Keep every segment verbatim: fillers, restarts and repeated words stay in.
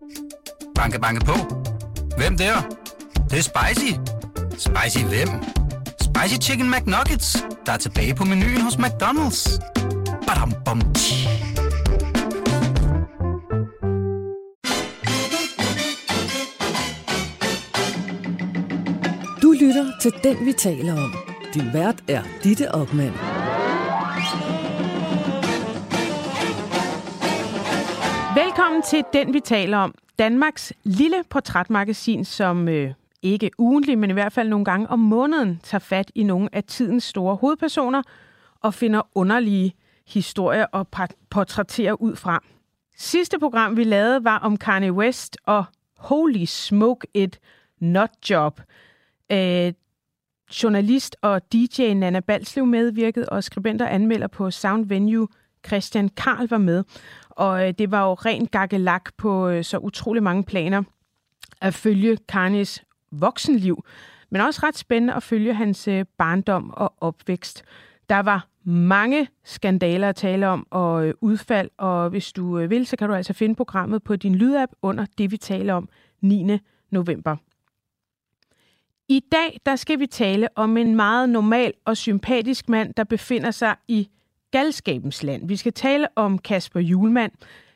Banke, banke på. Hvem der? Det, det er spicy. Spicy hvem? Spicy Chicken McNuggets, der er tilbage på menuen hos McDonald's. Badum, bom, tji. Du lytter til Den, vi taler om. Din vært er Ditte Okman. Velkommen til Den, vi taler om. Danmarks lille portrætmagasin, som øh, ikke ugentlig, men i hvert fald nogle gange om måneden, tager fat i nogle af tidens store hovedpersoner og finder underlige historier og portrætterer ud fra. Sidste program, vi lavede, var om Kanye West og Holy Smoke It Nut Job. Øh, journalist og D J Nanna Balslev medvirkede, og skribent og anmelder på Sound Venue Christian Karl var med. Og øh, det var jo ren gakkelak på øh, så utrolig mange planer at følge Kanyes voksenliv, men også ret spændende at følge hans øh, barndom og opvækst. Der var mange skandaler at tale om og øh, udfald, og hvis du øh, vil, så kan du altså finde programmet på din lydapp under Det, vi taler om niende november. I dag der skal vi tale om en meget normal og sympatisk mand, der befinder sig i galskabens land. Vi skal tale om Kasper Hjulmand,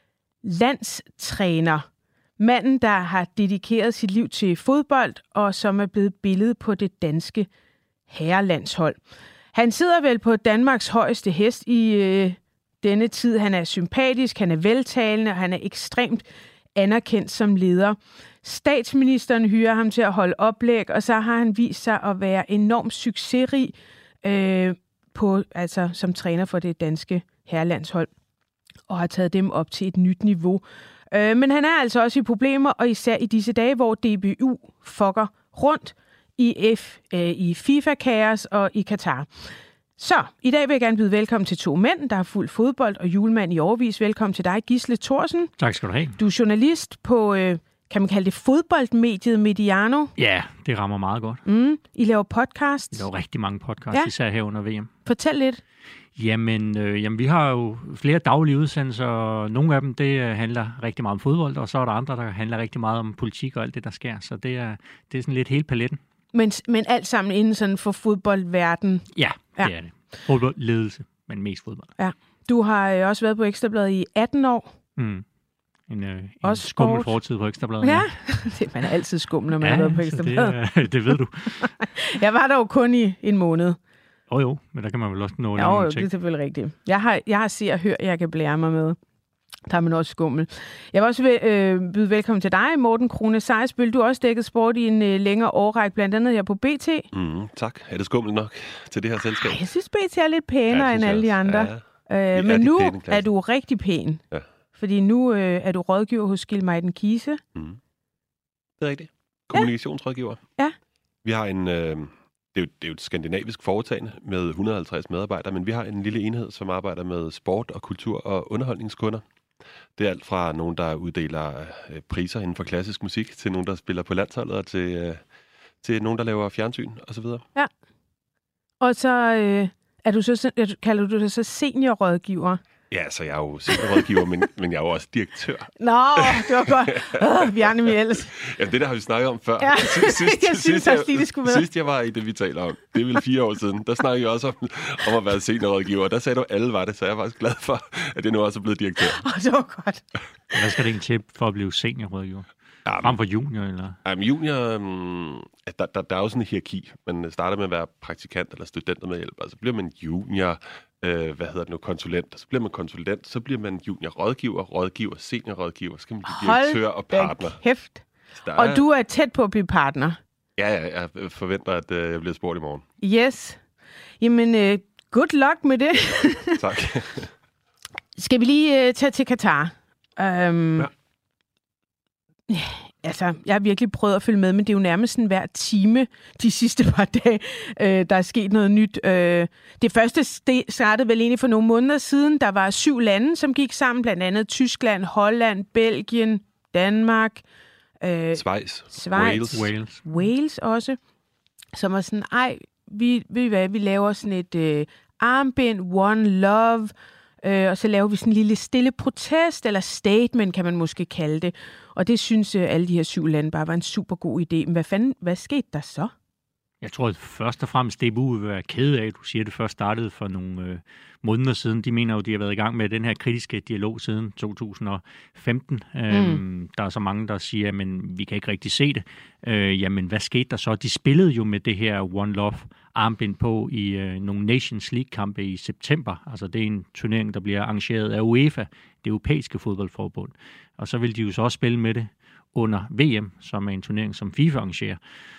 landstræner. Manden, der har dedikeret sit liv til fodbold, og som er blevet billedet på det danske herrelandshold. Han sidder vel på Danmarks højeste hest i øh, denne tid. Han er sympatisk, han er veltalende, og han er ekstremt anerkendt som leder. Statsministeren hyrer ham til at holde oplæg, og så har han vist sig at være enormt succesrig øh, på, altså, som træner for det danske herrelandshold, og har taget dem op til et nyt niveau. Øh, men han er altså også i problemer, og især i disse dage, hvor D B U fucker rundt i, F, øh, i FIFA-kaos og i Katar. Så, i dag vil jeg gerne byde velkommen til to mænd, der har fulgt fodbold og Hjulmand i årevis. Velkommen til dig, Gisle Thorsen. Tak skal du have. Du er journalist på, øh, kan man kalde det fodboldmediet Mediano? Ja, det rammer meget godt. Mm, I laver podcast. Vi laver rigtig mange podcasts, ja. Især her under V M. Fortæl lidt. Jamen, øh, jamen, vi har jo flere daglige udsendelser, og nogle af dem, det øh, handler rigtig meget om fodbold, og så er der andre, der handler rigtig meget om politik og alt det, der sker. Så det er, det er sådan lidt hele paletten. Men, men alt sammen inden sådan for fodboldverden? Ja, det ja. er det. Fodboldledelse, men mest fodbold. Ja. Du har øh, også været på Ekstrabladet i atten år. Mm. En, øh, en skummel fortid på Ekstrabladet. Ja, det man er altid skummel, når man ja, har været på Ekstrabladet. Det, det ved du. Jeg var der jo kun i en måned. Jo jo, men der kan man vel også nå ja, nogle jo, ting. Det er selvfølgelig rigtigt. Jeg har, jeg har set og hørt, jeg kan blære mig med. Der er man også skummel. Jeg vil også øh, byde velkommen til dig, Morten Krone Sejersbøl. Du har også dækket sport i en øh, længere årrække, blandt andet her på B T. Mm, tak. Er det skummel nok til det her selskab? Ej, jeg synes, B T er lidt pænere ja, end alle de andre. Ja. Øh, men nu er du rigtig pæn. Ja. Fordi nu øh, er du rådgiver hos Gilmeiden Kise. Mm. Det er rigtigt. Kommunikationsrådgiver. Ja. Vi har en... Øh, Det er, jo, det er jo et skandinavisk foretagende med et hundrede og halvtreds medarbejdere, men vi har en lille enhed, som arbejder med sport og kultur og underholdningskunder. Det er alt fra nogen, der uddeler øh, priser inden for klassisk musik, til nogen, der spiller på landsholdet, og til, øh, til nogen, der laver fjernsyn osv. Ja. Og så, øh, er du så kalder du dig så seniorrådgiver? Ja, så jeg er jo seniorrådgiver, men, men jeg er jo også direktør. Nå, det var godt. Åh, Bjarne Miels. Ja, det der har vi snakket om før. Ja. Sidst, jeg synes sidst, også, det skulle med. Sidst jeg var i det, vi taler om, det er vel fire år siden, der snakkede jeg også om, om at være seniorrådgiver, og der sagde du, at alle var det, så jeg er faktisk glad for, at det nu også er blevet direktør. Åh, det var godt. Hvad skal det egentlig til for at blive seniorrådgiver? Ja, frem for junior, eller? Ja, men junior, um, der, der, der er jo sådan en hierarki. Man starter med at være praktikant eller student med hjælp, og så bliver man junior, øh, hvad hedder det nu, konsulent, og så bliver man konsulent, så bliver man junior-rådgiver, rådgiver, senior-rådgiver, så kan man blive direktør og partner. Hold kæft. Er... Og du er tæt på at blive partner. Ja, ja, jeg forventer, at øh, jeg bliver spurgt i morgen. Yes. Jamen, uh, good luck med det. Tak. Skal vi lige uh, tage til Katar? Um, ja. Altså, jeg har virkelig prøvet at følge med, men det er jo nærmest sådan hver time de sidste par dage, øh, der er sket noget nyt. Øh, det første startede vel egentlig for nogle måneder siden. Der var syv lande, som gik sammen, blandt andet Tyskland, Holland, Belgien, Danmark, øh, Schweiz, Schweiz Wales. Wales også, som var sådan, ej, vi, ved I hvad, vi laver sådan et øh, armbind, One Love, øh, og så laver vi sådan en lille stille protest, eller statement, kan man måske kalde det. Og det synes øh, alle de her syv lande bare var en super god idé. Men hvad fanden, hvad skete der så? Jeg tror, at først og fremmest D B U vil være kede af, at du siger, at det først startede for nogle øh, måneder siden. De mener jo, at de har været i gang med den her kritiske dialog siden to tusind og femten. Mm. Øhm, der er så mange, der siger, men vi kan ikke rigtig se det. Øh, jamen, hvad skete der så? De spillede jo med det her One Love armbind på i øh, nogle Nations League-kampe i september. Altså, det er en turnering, der bliver arrangeret af UEFA, det europæiske fodboldforbund. Og så vil de jo så også spille med det under V M, som er en turnering, som FIFA arrangerer.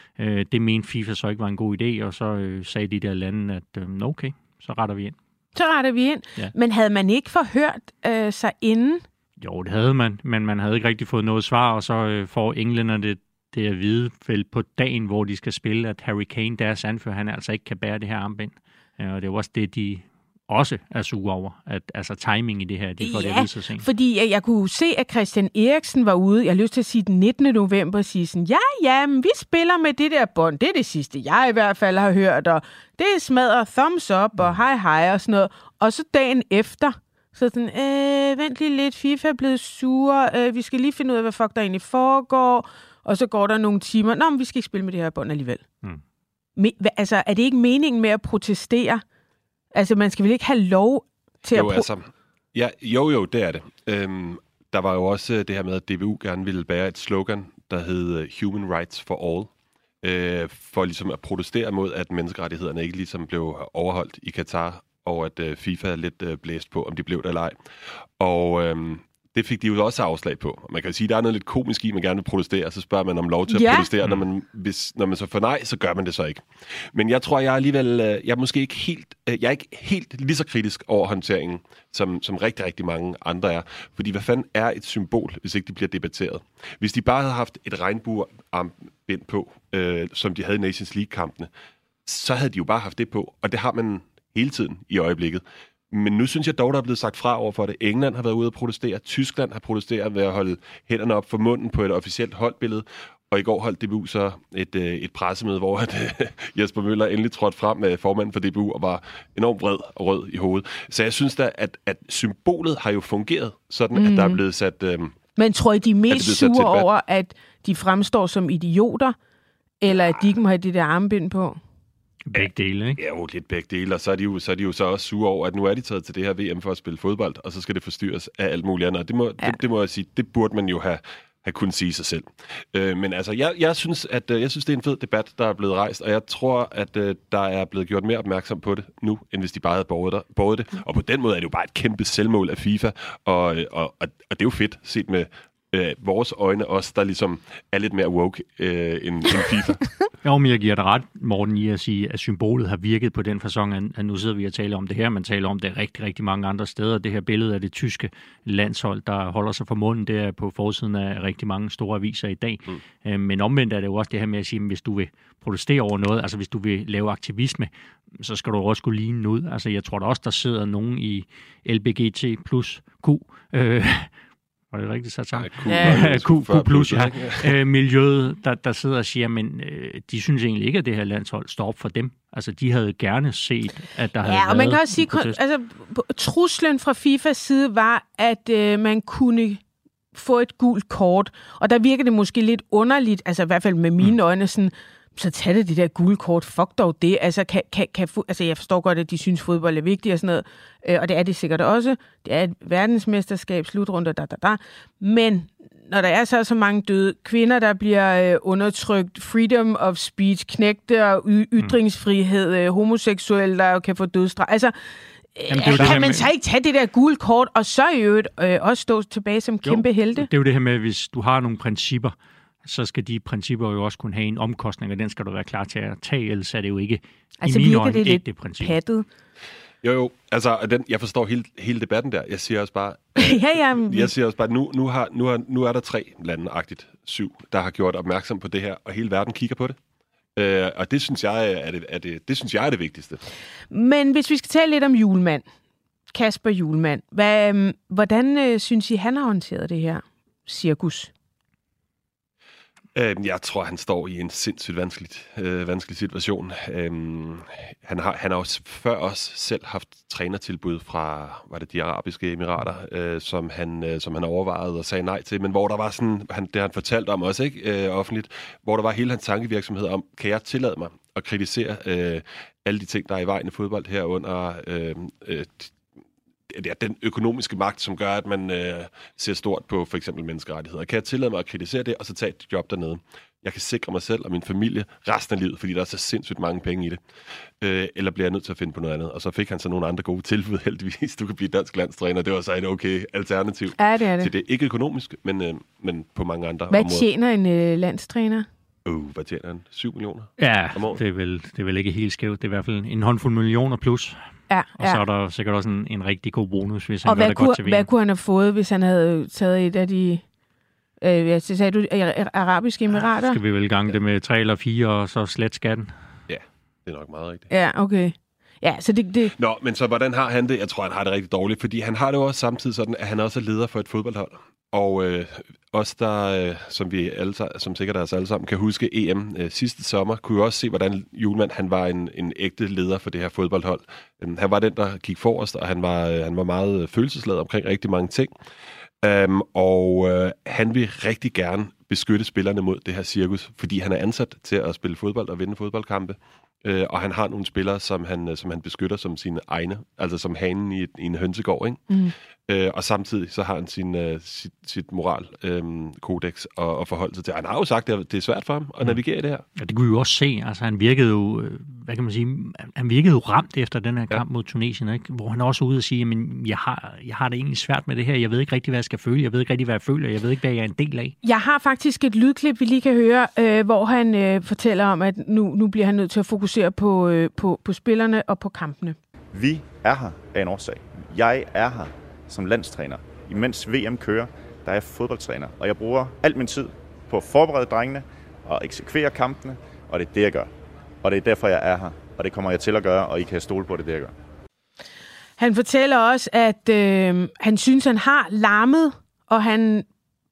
Det mente FIFA så ikke var en god idé, og så øh, sagde de der lande, at øh, okay, så retter vi ind. Så retter vi ind. Ja. Men havde man ikke forhørt øh, sig inden? Jo, det havde man, men man havde ikke rigtig fået noget svar, og så øh, får englænderne det, det at vide vel på dagen, hvor de skal spille, at Harry Kane, deres anfører, han altså ikke kan bære det her armbind. Ja, og det er også det, de også er sure over, at altså timing i det her, de får ja, det at vide så sent. Fordi jeg, jeg kunne se, at Christian Eriksen var ude, jeg har lyst til at sige den nittende november, og sige sådan, ja, ja, men vi spiller med det der bånd, det er det sidste, jeg i hvert fald har hørt, og det er smadret thumbs up, og hej hej og sådan noget. Og så dagen efter, så sådan, øh, vent lige lidt, FIFA er blevet sure, øh, vi skal lige finde ud af, hvad fuck der egentlig foregår, og så går der nogle timer, nå, men vi skal ikke spille med det her bånd alligevel. Mm. Men, altså, er det ikke meningen med at protestere? Altså, man skal vel ikke have lov til jo, at... Pro- altså, ja, jo, jo, det er det. Øhm, der var jo også det her med, at D B U gerne ville bære et slogan, der hed Human Rights for All, øh, for ligesom at protestere mod, at menneskerettighederne ikke ligesom blev overholdt i Katar, og at øh, FIFA er lidt øh, blæst på, om de blev det eller ej. Og... Øhm, det fik de jo også afslag på. Man kan jo sige, at der er noget lidt komisk i, at man gerne vil protestere, så spørger man om lov til at ja. protestere, når man, hvis, når man så får nej, så gør man det så ikke. Men jeg tror, jeg er alligevel, jeg er måske ikke helt, jeg er ikke helt lige så kritisk over håndteringen, som, som rigtig, rigtig mange andre er. Fordi hvad fanden er et symbol, hvis ikke det bliver debatteret? Hvis de bare havde haft et regnbuearmbind på, øh, som de havde i Nations League-kampene, så havde de jo bare haft det på, og det har man hele tiden i øjeblikket. Men nu synes jeg dog, der er blevet sagt fra over for det. England har været ude at protestere. Tyskland har protesteret ved at holde hænderne op for munden på et officielt holdbillede. Og i går holdt D B U så et, et pressemøde, hvor at, Jesper Møller endelig trådte frem med formanden for D B U og var enormt vred og rød i hovedet. Så jeg synes da, at, at symbolet har jo fungeret, sådan mm. at der er blevet sat... Øhm, Men tror I, de er mest sure over, at de fremstår som idioter, eller at de ikke må have det der armbind på? Begge dele, ikke? Ja, jo, lidt begge dele, og så er, de jo, så er de jo så også sure over, at nu er de taget til det her V M for at spille fodbold, og så skal det forstyrres af alt muligt andet. Og det må, ja. det, det må jeg sige, det burde man jo have, have kunnet sige sig selv. Øh, men altså, jeg, jeg, synes, at, jeg synes, det er en fed debat, der er blevet rejst, og jeg tror, at uh, der er blevet gjort mere opmærksom på det nu, end hvis de bare havde båret, båret det. Og på den måde er det jo bare et kæmpe selvmål af FIFA, og, og, og, og det er jo fedt set med øh, vores øjne også, der ligesom er lidt mere woke øh, end, end FIFA. Jo, men jeg giver dig ret, Morten, i at sige, at symbolet har virket på den facon, at nu sidder vi og taler om det her, man taler om det rigtig, rigtig mange andre steder. Det her billede af det tyske landshold, der holder sig for munden, det er på forsiden af rigtig mange store aviser i dag. Mm. Men omvendt er det jo også det her med at sige, at hvis du vil protestere over noget, altså hvis du vil lave aktivisme, så skal du også gå lignende ud. Altså jeg tror der også, der sidder nogen i L B G T plus Q, øh, var det rigtigt sat sammen? Ja, Q, Q plus, ja. Øh, miljøet, der, der sidder og siger, men øh, de synes egentlig ikke, at det her landshold står op for dem. Altså, de havde gerne set, at der ja, havde været... Ja, og man kan også sige, altså, truslen fra FIFAs side var, at øh, man kunne få et gult kort. Og der virker det måske lidt underligt, altså i hvert fald med mine mm. øjne, sådan, så tag det det der gule kort, fuck dog det. Altså, kan, kan, kan, altså, jeg forstår godt, at de synes, fodbold er vigtigt og sådan noget, øh, og det er det sikkert også. Det er et verdensmesterskab, slutrunde, da, da, da. Men når der er så så mange døde kvinder, der bliver øh, undertrykt, freedom of speech, knægte og y- ytringsfrihed, øh, homoseksuelle, der kan få dødsstraf. Altså, Jamen, kan man med... så ikke tage det der gule kort, og så i øvrigt øh, også stå tilbage som jo, kæmpe helte? Det er jo det her med, hvis du har nogle principper, så skal de principper jo også kunne have en omkostning, og den skal du være klar til at tage, ellers er det jo ikke altså, i mine øjne ikke det princip. Pattet. Jo, jo. Altså, den, jeg forstår hele, hele debatten der. Jeg siger også bare... ja, ja. Jeg siger også bare, nu, nu, har, nu, har, nu er der tre lande-agtigt, syv, der har gjort opmærksom på det her, og hele verden kigger på det. Øh, og det synes jeg er det, er det, det synes jeg er det vigtigste. Men hvis vi skal tale lidt om Hjulmand, Kasper Hjulmand, hvad, hvordan øh, synes I, han har håndteret det her cirkus? Øhm, jeg tror, han står i en sindssygt vanskelig, øh, vanskelig situation. Øhm, han har han har også før os selv haft trænertilbud fra, var det de arabiske emirater, øh, som, han, øh, som han overvejede og sagde nej til, men hvor der var sådan, han, det har han fortalt om også, ikke, øh, offentligt, hvor der var hele hans tankevirksomhed om, kan jeg tillade mig at kritisere øh, alle de ting, der er i vejen i fodbold herunder øh, øh, det er den økonomiske magt, som gør, at man øh, ser stort på for eksempel menneskerettigheder. Kan jeg tillade mig at kritisere det, og så tage et job dernede? Jeg kan sikre mig selv og min familie resten af livet, fordi der er så sindssygt mange penge i det. Øh, eller bliver jeg nødt til at finde på noget andet? Og så fik han så nogle andre gode tilbud, heldigvis. Du kan blive dansk landstræner. Det var så et okay alternativ. Ja, det er det. Til det ikke økonomisk, men, øh, men på mange andre Hvad områder. Hvad tjener en øh, landstræner? Uh, hvad tjener han? syv millioner? Ja, det er, vel, det er vel ikke helt skævt. Det er i hvert fald en håndfuld millioner plus. Ja, og ja. så er der sikkert også en, en rigtig god bonus, hvis han og gør det kunne, godt til V M. hvad kunne han have fået, hvis han havde taget et af de... Øh, ja, så sagde du, arabiske emirater? Ja, skal vi vel gange det med tre eller fire, og så slet skatten? Ja, det er nok meget rigtigt. Ja, okay. Ja, så det, det... Nå, men så hvordan har han det? Jeg tror, han har det rigtig dårligt, fordi han har det jo også samtidig sådan, at han også er leder for et fodboldhold. Og øh, os, der, øh, som vi alle, som sikkert os alle sammen kan huske E M øh, sidste sommer, kunne jo også se, hvordan Hjulmand, han var en, en ægte leder for det her fodboldhold. Um, han var den, der gik forrest, og han var, øh, han var meget følelsesladet omkring rigtig mange ting. Um, og øh, han vil rigtig gerne beskytte spillerne mod det her cirkus, fordi han er ansat til at spille fodbold og vinde fodboldkampe. Uh, og han har nogle spillere, som han, som han beskytter som sine egne, altså som hanen i, i en hønsegård, ikke? Mm. Uh, og samtidig så har han sin, uh, sit, sit moral-kodex um, at, at forholde sig til. Han har jo sagt, at det er svært for ham at navigere i det her. Ja, det kunne vi jo også se. Altså, han virkede jo, hvad kan man sige, han virkede jo ramt efter den her kamp ja. mod Tunesien, ikke? Hvor han også er ude og sige, jamen, jeg har, jeg har det egentlig svært med det her. Jeg ved ikke rigtig, hvad jeg skal føle. Jeg ved ikke rigtig, hvad jeg føler. Jeg ved ikke, hvad jeg er en del af. Jeg har faktisk et lydklip, vi lige kan høre, øh, hvor han øh, fortæller om, at nu, nu bliver han nødt til at fokusere på, øh, på, på spillerne og på kampene. Vi er her af en årsag. Jeg er her som landstræner. Imens V M kører, der er jeg fodboldtræner, og jeg bruger al min tid på at forberede drengene og eksekvere kampene, og det er det, jeg gør. Og det er derfor, jeg er her, og det kommer jeg til at gøre, og I kan stole på, det er det, jeg gør. Han fortæller også, at øh, han synes, han har larmet, og han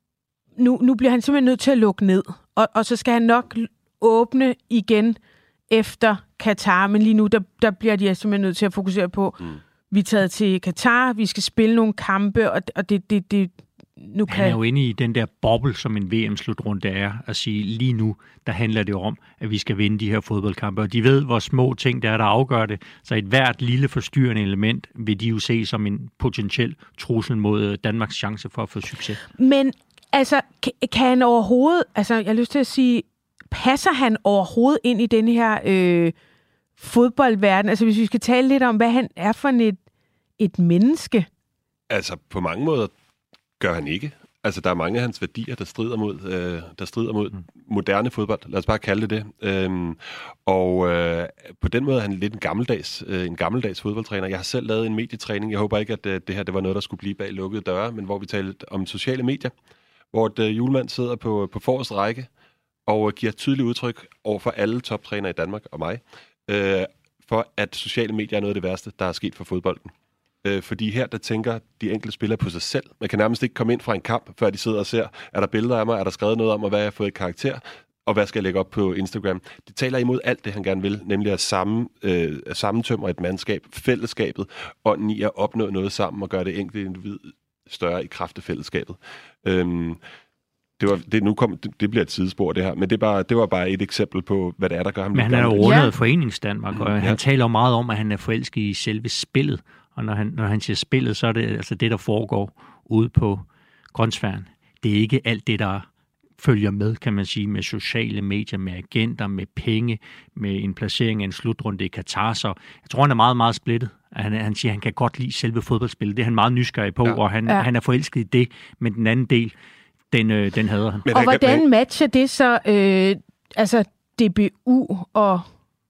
nu, nu bliver han simpelthen nødt til at lukke ned. Og, og så skal han nok åbne igen efter Katar, men lige nu, der, der bliver de simpelthen nødt til at fokusere på, mm. vi er taget til Katar, vi skal spille nogle kampe, og, og det, det, det nu kan... Han er jo inde i den der boble, som en V M-slutrunde er, at sige, lige nu, der handler det om, at vi skal vinde de her fodboldkampe, og de ved, hvor små ting der er, der afgør det, så et hvert lille forstyrrende element vil de jo se som en potentiel trussel mod Danmarks chance for at få succes. Men altså, kan, kan han overhovedet, altså jeg har lyst til at sige, passer han overhovedet ind i den her øh, fodboldverden? Altså hvis vi skal tale lidt om, hvad han er for et, et menneske. Altså på mange måder gør han ikke. Altså der er mange af hans værdier, der strider mod, øh, der strider mod mm. moderne fodbold. Lad os bare kalde det det. Øhm, og øh, på den måde er han lidt en gammeldags, øh, en gammeldags fodboldtræner. Jeg har selv lavet en medietræning. Jeg håber ikke, at øh, det her det var noget, der skulle blive bag lukkede døre, men hvor vi talte om sociale medier, hvor et øh, Hjulmand sidder på, på forreste række og giver tydeligt udtryk over for alle toptrænere i Danmark og mig, øh, for at sociale medier er noget af det værste, der er sket for fodbolden. Øh, fordi her, der tænker de enkelte spillere på sig selv. Man kan nærmest ikke komme ind fra en kamp, før de sidder og ser, er der billeder af mig, er der skrevet noget om, og hvad jeg har fået i karakter, og hvad skal jeg lægge op på Instagram. Det taler imod alt det, han gerne vil, nemlig at sammen, øh, sammentømre et mandskab, fællesskabet, ånden i at opnå noget sammen og gøre det enkelte individ større i kraft af fællesskabet. Øhm, Det, var, det, nu kom, det, det bliver et sidespor, det her, men det, bare, det var bare et eksempel på, hvad det er, der gør ham. Men han er jo rundet ja. af Foreningsdanmark, og ja. han taler meget om, at han er forelsket i selve spillet. Og når han, når han siger spillet, så er det altså det, der foregår ude på grønsværen. Det er ikke alt det, der følger med, kan man sige, med sociale medier, med agenter, med penge, med en placering af en slutrunde i Katar. Så jeg tror, han er meget, meget splittet. Han, han siger, at han kan godt lide selve fodboldspillet. Det er han meget nysgerrig på, ja. og han, ja. han er forelsket i det. Men den anden del, Den, øh, den hader han. Men og han hvordan kan... matcher det så, øh, altså D B U og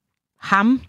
ham?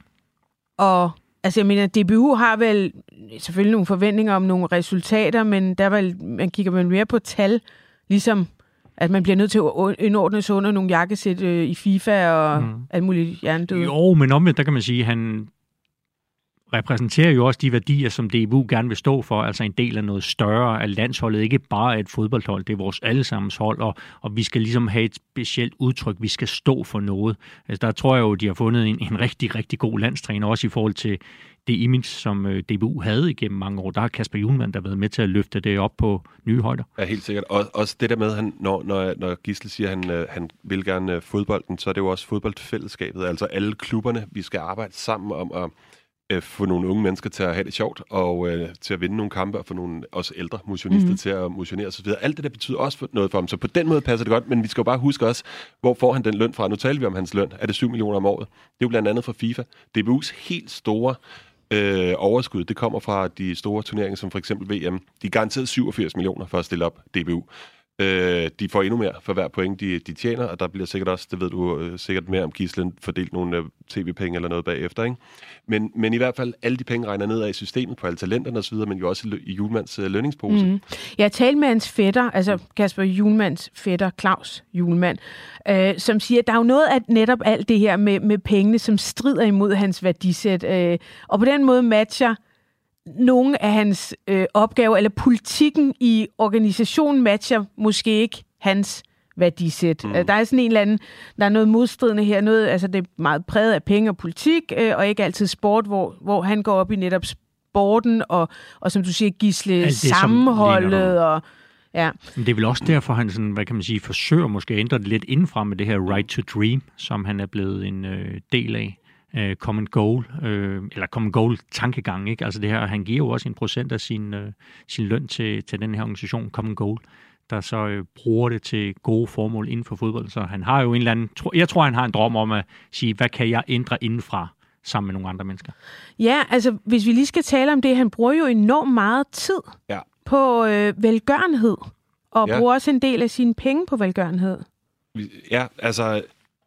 Og, altså jeg mener, D B U har vel selvfølgelig nogle forventninger om nogle resultater, men der vel, man kigger vel mere på tal, ligesom at man bliver nødt til at indordne sig under nogle jakkesæt øh, i FIFA og mm. alt muligt hjernedøde. Jo, men omvendt, der kan man sige, at han repræsenterer jo også de værdier, som D B U gerne vil stå for, altså en del af noget større, at landsholdet ikke bare er et fodboldhold, det er vores allesammens hold, og, og vi skal ligesom have et specielt udtryk, vi skal stå for noget. Altså der tror jeg jo, de har fundet en, en rigtig, rigtig god landstræner, også i forhold til det image, som D B U havde igennem mange år. Der har Kasper Hjulmand, der har været med til at løfte det op på nye højder. Ja, helt sikkert. Og også det der med, han, når, når, når Gisle siger, at han, han vil gerne fodbolden, så er det jo også fodboldfællesskabet, altså alle klubberne, vi skal arbejde sammen om at øh, få nogle unge mennesker til at have det sjovt, og øh, til at vinde nogle kampe, og få nogle også ældre motionister mm. til at motionere osv. Alt det der betyder også noget for ham, så på den måde passer det godt, men vi skal jo bare huske også, hvor får han den løn fra? Nu taler vi om hans løn. Er det syv millioner om året? Det er jo blandt andet fra FIFA. D B U's helt store Øh, overskud, det kommer fra de store turneringer, som for eksempel V M. De er garanteret syvogfirs millioner for at stille op, D B U. Øh, de får endnu mere for hver point, de, de tjener, og der bliver sikkert også, det ved du øh, sikkert mere om, Gislen fordelt nogle øh, tv-penge eller noget bagefter, ikke? Men, men i hvert fald, alle de penge regner ned af i systemet på alle talenterne osv., men jo også i, i Hjulmands øh, lønningspose. Mm. Jeg talte med hans fætter, altså Kasper Hjulmands fætter, Claus Hjulmand, øh, som siger, at der er jo noget af netop alt det her med, med pengene, som strider imod hans værdisæt, øh, og på den måde matcher nogle af hans øh, opgaver, eller politikken i organisationen matcher måske ikke hans værdisæt. Mm. Der er sådan en eller anden, der er noget modstridende her, noget, altså det er meget præget af penge og politik, øh, og ikke altid sport, hvor, hvor han går op i netop sporten, og, og som du siger, Gisle, det, sammenholdet, og ja. Men det er vel også derfor, han sådan, hvad kan man sige, forsøger måske at ændre det lidt indfra med det her Right to Dream, som han er blevet en øh, del af. Uh, common goal, uh, eller common goal tankegang, ikke? Altså det her, han giver jo også en procent af sin, uh, sin løn til, til den her organisation, Common Goal, der så uh, bruger det til gode formål inden for fodbold. Så han har jo en eller anden, tro, jeg tror, han har en drøm om at sige, hvad kan jeg ændre indenfra sammen med nogle andre mennesker? Ja, altså hvis vi lige skal tale om det, han bruger jo enormt meget tid ja. på øh, velgørenhed, og ja. bruger også en del af sine penge på velgørenhed. Ja, altså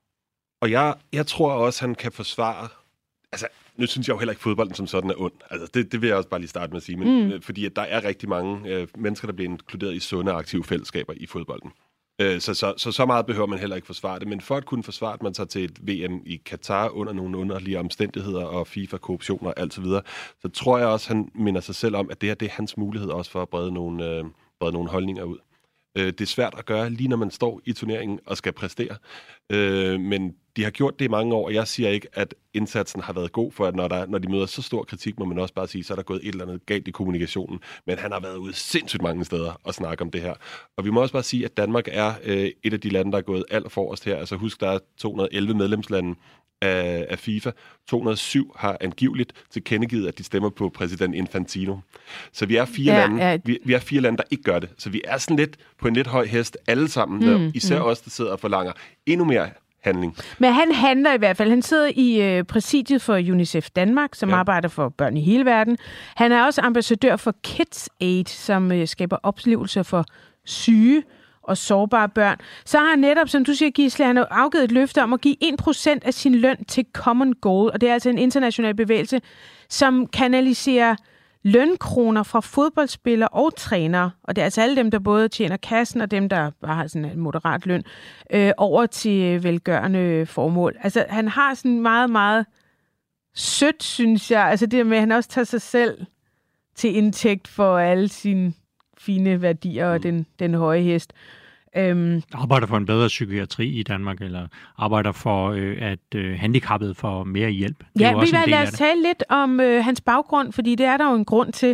Og jeg, jeg tror også, han kan forsvare. Altså, nu synes jeg jo heller ikke, fodbolden som sådan er ond. Altså, det, det vil jeg også bare lige starte med at sige. Men, mm. Fordi at der er rigtig mange øh, mennesker, der bliver inkluderet i sunde, aktive fællesskaber i fodbolden. Øh, så, så, så så meget behøver man heller ikke forsvare det. Men for at kunne forsvare, at man tager til et V M i Katar under nogle underlige omstændigheder og FIFA-korruptioner og alt så videre, så tror jeg også, han minder sig selv om, at det her det er hans mulighed også for at brede nogle, øh, brede nogle holdninger ud. Øh, det er svært at gøre, lige når man står i turneringen og skal præstere. Øh, men de har gjort det i mange år, og jeg siger ikke, at indsatsen har været god, for at når, der, når de møder så stor kritik, må man også bare sige, så er der gået et eller andet galt i kommunikationen. Men han har været ude sindssygt mange steder og snakke om det her. Og vi må også bare sige, at Danmark er øh, et af de lande, der er gået alt forrest her. Altså husk, der er to hundrede og elleve medlemslande af, af FIFA. to hundrede og syv har angiveligt tilkendegivet, at de stemmer på præsident Infantino. Så vi er fire, ja, lande, ja. Vi, vi er fire lande, der ikke gør det. Så vi er sådan lidt på en lidt høj hest alle sammen, mm, der, især mm. os, der sidder og forlanger endnu mere handling. Men han handler i hvert fald. Han sidder i øh, præsidiet for UNICEF Danmark, som ja. arbejder for børn i hele verden. Han er også ambassadør for Kids Aid, som øh, skaber oplevelser for syge og sårbare børn. Så har han netop, som du siger, Gisle, han har afgivet et løfte om at give en procent af sin løn til Common Goal, og det er altså en international bevægelse, som kanaliserer lønkroner fra fodboldspillere og trænere, og det er altså alle dem, der både tjener kassen og dem, der bare har sådan en moderat løn, øh, over til velgørende formål. Altså, han har sådan meget, meget sødt, synes jeg. Altså det med, at han også tager sig selv til indtægt for alle sine fine værdier og den, den høje hest. Øhm. Arbejder for en bedre psykiatri i Danmark, eller arbejder for, øh, at øh, handicappede får mere hjælp. Det ja, vi vil lade os tale lidt om øh, hans baggrund, fordi det er der jo en grund til.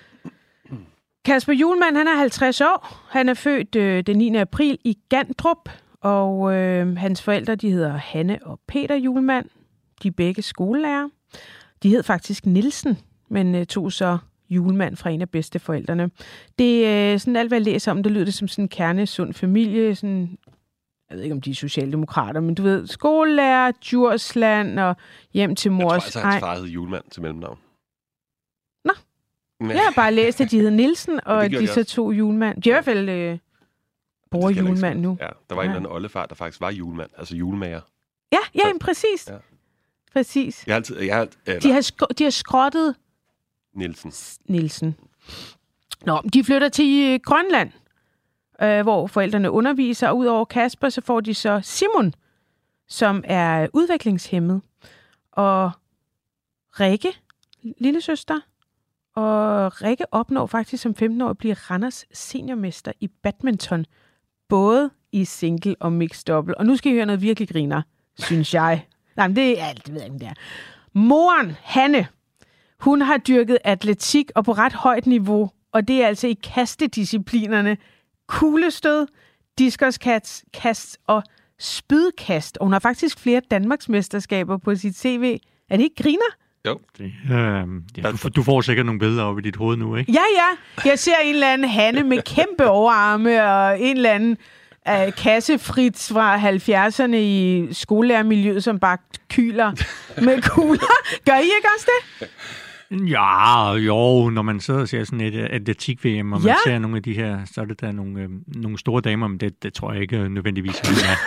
Kasper Hjulmand, han er halvtreds år. Han er født øh, den niende april i Gandrup, og øh, hans forældre, de hedder Hanne og Peter Hjulmand. De er begge skolelærer. De hed faktisk Nielsen, men øh, tog så Hjulmand fra en af bedsteforældrene. Det er sådan alt, hvad jeg læser om, det lyder det som sådan en kernesund familie, sådan, jeg ved ikke, om de er socialdemokrater, men du ved, skolelærer, Djursland og hjem til mors. Jeg tror altså, hans far hed Hjulmand til mellemnavn. Nå, jeg har bare læst, at de hed Nielsen, og de, de så to Hjulmand. De er i hvert fald øh, bruger Hjulmand nu. Ja, der var ja. en eller anden oldefar, der faktisk var Hjulmand, altså julemager. Ja, ja, så, præcis. Ja. Præcis. Jeg har altid, jeg har, eller... de, har sk- de har skrottet Nielsen. Nielsen. Nå, de flytter til Grønland, øh, hvor forældrene underviser, og udover Kasper, så får de så Simon, som er udviklingshæmmet. Og Rikke lille søster. Og Rikke opnår faktisk som femten år at blive Randers seniormester i badminton. Både i single og mixed double. Og nu skal I høre noget virkelig griner, synes jeg. Nej, men det er alt, det ved jeg ikke, det er. Moren, Hanne, hun har dyrket atletik og på ret højt niveau. Og det er altså i kastedisciplinerne kuglestød, diskoskast kast og spydkast. Og hun har faktisk flere Danmarksmesterskaber på sit C V. Er det ikke griner? Jo. Det, øh, ja, du, du får sikkert nogle billeder op i dit hoved nu, ikke? Ja, ja. Jeg ser en eller anden Hanne med kæmpe overarme og en eller anden uh, kassefrits fra halvfjerdserne i skolelærermiljøet, som bare kyler med kugler. Gør I ikke også det? Ja, jo, når man sidder og ser sådan et atletik-V M, og man ja. ser nogle af de her, så er det der nogle, øh, nogle store damer, men det, det tror jeg ikke nødvendigvis er.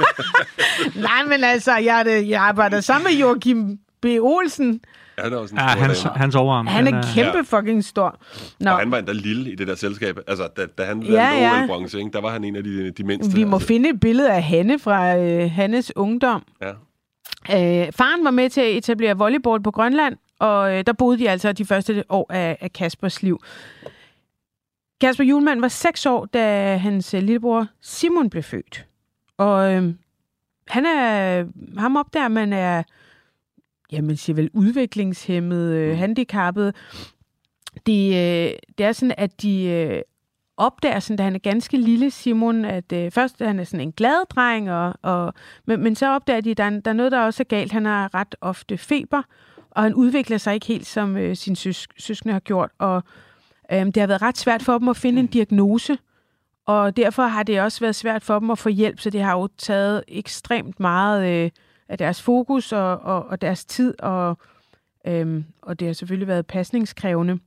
Nej, men altså, jeg, det, jeg arbejder sammen med Joachim B. Olsen. Ja, han er også en ja, stor hans, dame. hans overarm. Han er kæmpe ja. fucking stor. Nå. Og han var endda lille i det der selskab. Altså, da, da han ja, vandt ja. O L-bronze, ikke? Der var han en af de, de mindste. Vi må altså. finde et billede af Hanne fra øh, Hannes ungdom. Ja. Øh, faren var med til at etablere volleyball på Grønland, og øh, der boede de altså de første år af, af Kaspers liv. Kasper Hjulmand var seks år, da hans øh, lillebror Simon blev født. Og øh, han er, ham opdager, man er, ja, man siger vel udviklingshæmmet, øh, handicappet. Det, øh, det er sådan, at de øh, opdager, sådan, da han er ganske lille, Simon, at øh, først han er sådan en glad dreng, og, og, men, men så opdager de, at der, der er noget, der også er galt. Han har ret ofte feber, og han udvikler sig ikke helt, som øh, sine søs- søskende har gjort. Og øh, det har været ret svært for dem at finde en diagnose, og derfor har det også været svært for dem at få hjælp, så det har jo taget ekstremt meget øh, af deres fokus og, og, og deres tid, og, øh, og det har selvfølgelig været pasningskrævende.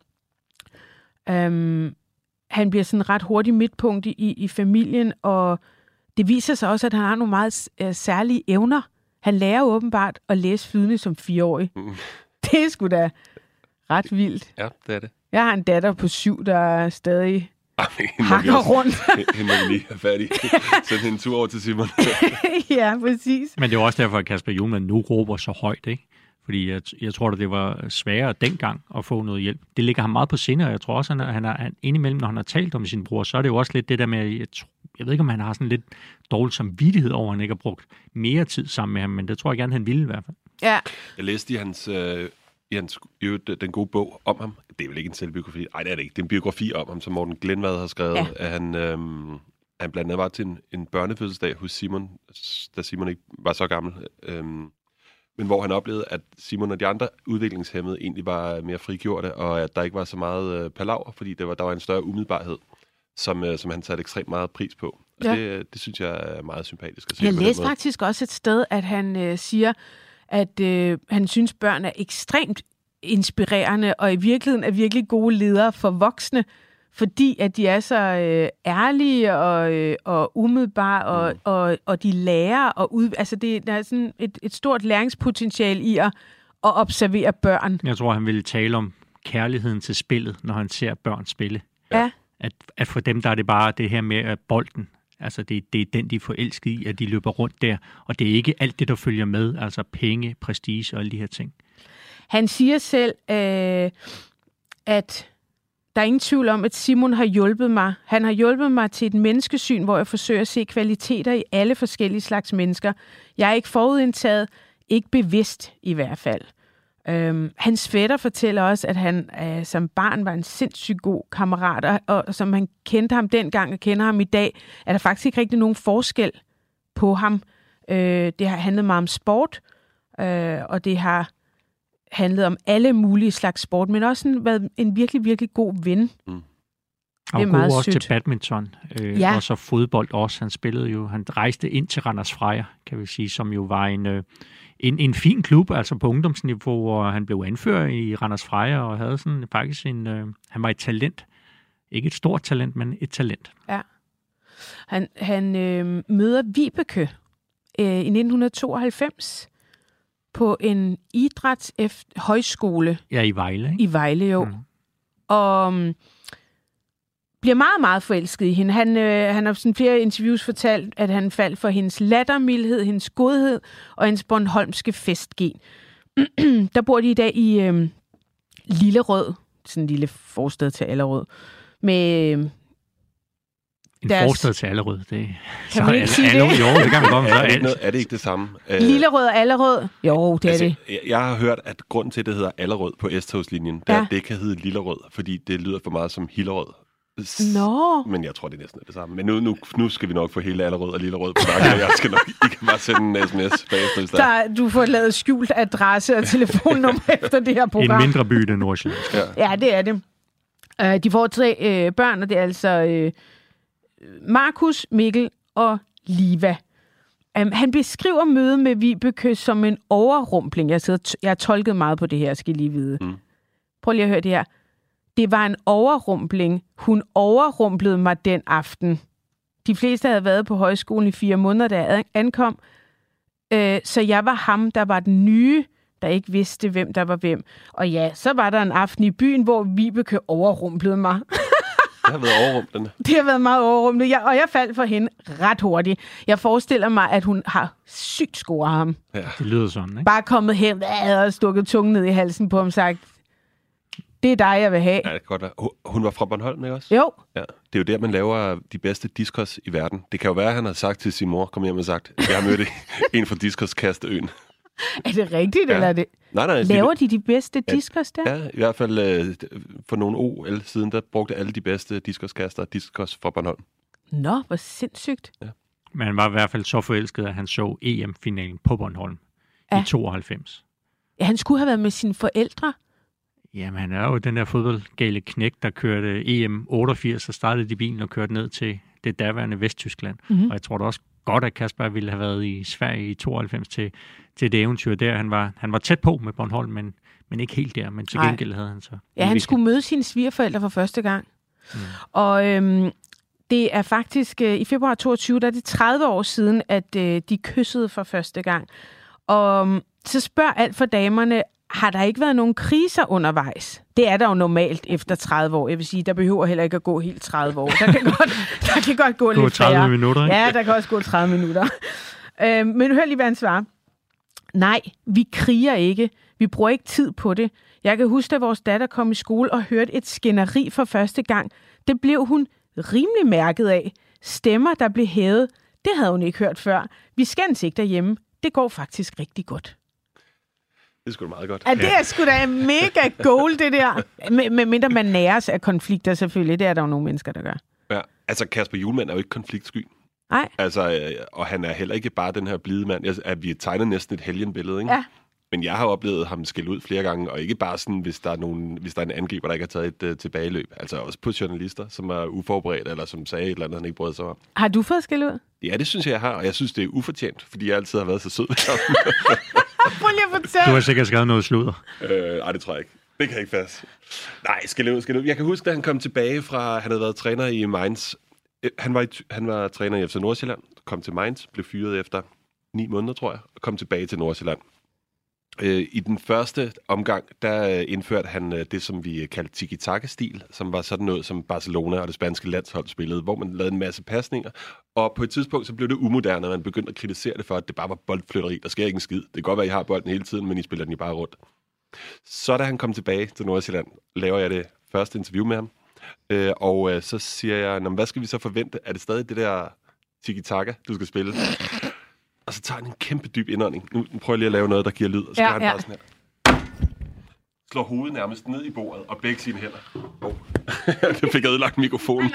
Øh, han bliver sådan ret hurtigt midtpunkt i, i familien, og det viser sig også, at han har nogle meget øh, særlige evner. Han lærer åbenbart at læse flydende som fireårig. Mm. Det er sgu da ret vildt. Ja, det er det. Jeg har en datter på syv, der er stadig hakker rundt. Hende må vi lige have færdig. Send hende en tur over til Simon. Ja, præcis. Men det er også derfor, at Kasper Hjulmand nu råber så højt, ikke? Fordi jeg, jeg tror, at det var sværere dengang at få noget hjælp. Det ligger ham meget på sinde, og jeg tror også, at han er han, indimellem, når han har talt om sin bror, så er det jo også lidt det der med, jeg, jeg ved ikke, om han har sådan lidt dårlig samvittighed over, at han ikke har brugt mere tid sammen med ham, men det tror jeg gerne, han ville i hvert fald. Ja. Jeg læste i hans, øh, i hans jo, den gode bog om ham. Det er vel ikke en selvbiografi. Nej, det er det ikke. Det er en biografi om ham, som Morten Glenvad har skrevet. Ja. At han, øh, han blandt andet var til en, en børnefødselsdag hos Simon, da Simon ikke var så gammel. Øh, Men hvor han oplevede, at Simon og de andre udviklingshæmmede egentlig var mere frigjorte, og at der ikke var så meget øh, palaver, fordi det var, der var en større umiddelbarhed, som, øh, som han satte ekstremt meget pris på. Og ja. det, det synes jeg er meget sympatisk at se. Jeg læste faktisk også et sted, at han øh, siger, at øh, han synes, børn er ekstremt inspirerende, og i virkeligheden er virkelig gode ledere for voksne, fordi at de er så øh, ærlige og, øh, og umiddelbare, og, mm. og, og de lærer, og ud, altså det, der er sådan et, et stort læringspotentiale i at, at observere børn. Jeg tror, han ville tale om kærligheden til spillet, når han ser børn spille. Ja. At, at for dem, der er det bare det her med at bolden. Altså det, det er den, de er forelsket i, at de løber rundt der. Og det er ikke alt det, der følger med, altså penge, prestige og alle de her ting. Han siger selv, øh, at der er ingen tvivl om, at Simon har hjulpet mig. Han har hjulpet mig til et menneskesyn, hvor jeg forsøger at se kvaliteter i alle forskellige slags mennesker. Jeg er ikke forudindtaget, ikke bevidst i hvert fald. Øhm, hans fætter fortæller også, at han øh, som barn var en sindssygt god kammerat, og, og som han kendte ham dengang og kender ham i dag, er der faktisk ikke rigtig nogen forskel på ham. Øh, det har handlet meget om sport, øh, og det har handlet om alle mulige slags sport, men også en, været en virkelig, virkelig god ven. Mm. Det er og meget også sødt. Til badminton, øh, ja. Og så fodbold også. Han spillede jo, han rejste ind til Randers Freja, kan vi sige, som jo var en, øh, en, en fin klub, altså på ungdomsniveau, hvor han blev anfører i Randers Freja, og havde sådan faktisk en, øh, han var et talent. Ikke et stort talent, men et talent. Ja. Han, han øh, møder Vibeke øh, i nitten tooghalvfems, på en idrætshøjskole. Ja, i Vejle. Ikke? I Vejle, jo. Mm. Og um, bliver meget, meget forelsket i hende. Han, øh, han har sådan flere interviews fortalt, at han faldt for hendes lattermildhed, hendes godhed og hendes bornholmske festgen. Der bor de i dag i, øh, Lillerød, sådan en lille forstad til Allerød, med En deres... forstad til Allerød, det Kan man ikke sige det? Jo, det kan man godt. Er det, ikke noget, er det ikke det samme? Lillerød og Allerød? Jo, det er altså, det. Jeg, jeg har hørt, at grunden til, at det hedder Allerød på S-togslinjen, det er, Ja. at det kan hedde Lillerød, fordi det lyder for meget som Hillerød. Nå. Men jeg tror, det næsten er det samme. Men nu, nu, nu skal vi nok få hele Allerød og Lillerød på nakken, og jeg skal nok, I kan bare sende en sms bagefter, hvis der. Der, du får lavet skjult adresse og telefonnummer efter det her program. En mindre by, den Nordsjællandske. Ja. Ja, det er det. Uh, de får tre uh, børn, og det er altså uh, Markus, Mikkel og Liva. Um, han beskriver mødet med Vibeke som en overrumpling. Jeg, sidder, jeg har tolket meget på det her, skal I lige vide. Mm. Prøv lige at høre det her. Det var en overrumpling. Hun overrumplede mig den aften. De fleste havde været på højskolen i fire måneder, da jeg ankom. Uh, så jeg var ham, der var den nye, der ikke vidste, hvem der var hvem. Og ja, så var der en aften i byen, hvor Vibeke overrumplede mig. Det har været overrumplende. Det har været meget overrumplende, jeg, og jeg faldt for hende ret hurtigt. Jeg forestiller mig, at hun har sygt scoret ham. Ja. Det lyder sådan, ikke? Bare kommet hen og stukket tungen ned i halsen på ham og sagt, det er dig, jeg vil have. Ja, det kan godt være. Hun- Hun var fra Bornholm, ikke også? Jo, Ja. Det er jo der, man laver de bedste diskos i verden. Det kan jo være, at han har sagt til sin mor, kom hjem og sagt, jeg har mødt en fra Diskoskasteøen. er det rigtigt, ja. Eller er det? Nej, nej. Laver de de bedste diskos der? Ja, i hvert fald øh, for nogle O L siden, der brugte alle de bedste diskoskastere diskos fra Bornholm. Nå, hvor sindssygt. Men han var i hvert fald så forelsket, at han så E M-finalen på Bornholm Ja. i tooghalvfems. Ja, han skulle have været med sine forældre. Jamen, han er jo den der fodboldgale knæk, der kørte E M otteogfirs, og startede de bilen og kørte ned til det daværende Vesttyskland. Mm-hmm. Og jeg tror da også godt, at Kasper ville have været i Sverige i tooghalvfems til, til det eventyr der. Han var, han var tæt på med Bornholm, men, men ikke helt der. Men til Nej. gengæld havde han så... Ja, han skulle møde sine svigerforældre for første gang. Mm. Og øhm, det er faktisk øh, i februar toogtyve, der er det tredive år siden, at øh, de kyssede for første gang. Og øhm, så spørger alt for damerne, har der ikke været nogen kriser undervejs? Det er der jo normalt efter tredive år. Jeg vil sige, der behøver heller ikke at gå helt tredive år. Der kan godt, der kan godt gå, gå lidt tredive færre. minutter, ikke? Ja, der kan også gå tredive minutter. øhm, men hør lige, hvad han svarer. Nej, vi kriger ikke. Vi bruger ikke tid på det. Jeg kan huske, at vores datter kom i skole og hørte et skænderi for første gang. Det blev hun rimelig mærket af. Stemmer, der blev hævet, det havde hun ikke hørt før. Vi skændes ikke derhjemme. Det går faktisk rigtig godt. Det er sgu da meget godt. Ja, det er sgu da mega goal, det der. Med, med mindre man næres af konflikter, selvfølgelig. Det er der jo nogle mennesker, der gør. Ja, altså Kasper Hjulmand er jo ikke konfliktsky. Nej. Altså, øh, og han er heller ikke bare den her blide mand. Jeg, at vi tegner næsten et helgenbillede, ikke? Ja. Men jeg har oplevet ham skælde ud flere gange, og ikke bare sådan, hvis der er, nogen, hvis der er en angriber, der ikke har taget et uh, tilbageløb. Altså også på journalister, som er uforberedt, eller som sagde et eller andet, han ikke brød sig om. Har du fået skæld ud? Ja, det synes jeg, jeg har, og jeg synes, det er ufortjent, fordi jeg altid har været så sød ved ham. Prøv lige at fortælle. Du har sikkert skrevet noget sludder. øh, ej, det tror jeg ikke. Det kan jeg ikke fast. Nej, skælde ud, skælde ud. Jeg kan huske, da han kom tilbage fra, han havde været træner i Mainz. Han var, i, han var træner i F C Nordsjælland, kom til Mainz, blev fyret efter ni måneder, tror jeg, og kom tilbage til Nordsjælland. I den første omgang, der indførte han det, som vi kaldte tiki-taka-stil, som var sådan noget, som Barcelona og det spanske landshold spillede, hvor man lavede en masse pasninger. Og på et tidspunkt, så blev det umoderne, og man begyndte at kritisere det for, at det bare var boldflytteri. Der sker ikke en skid. Det kan godt være, at I har bolden hele tiden, men I spiller den jo bare rundt. Så da han kom tilbage til Nordsjælland, laver jeg det første interview med ham. Og så siger jeg, hvad skal vi så forvente? Er det stadig det der tiki-taka, du skal spille? Og så tager han en kæmpe dyb indånding. Nu prøver jeg lige at lave noget, der giver lyd. Og så ja, gør han ja. bare sådan her. Slår hovedet nærmest ned i bordet og begge sine hænder. Oh. Det fik jeg ødelagt mikrofonen.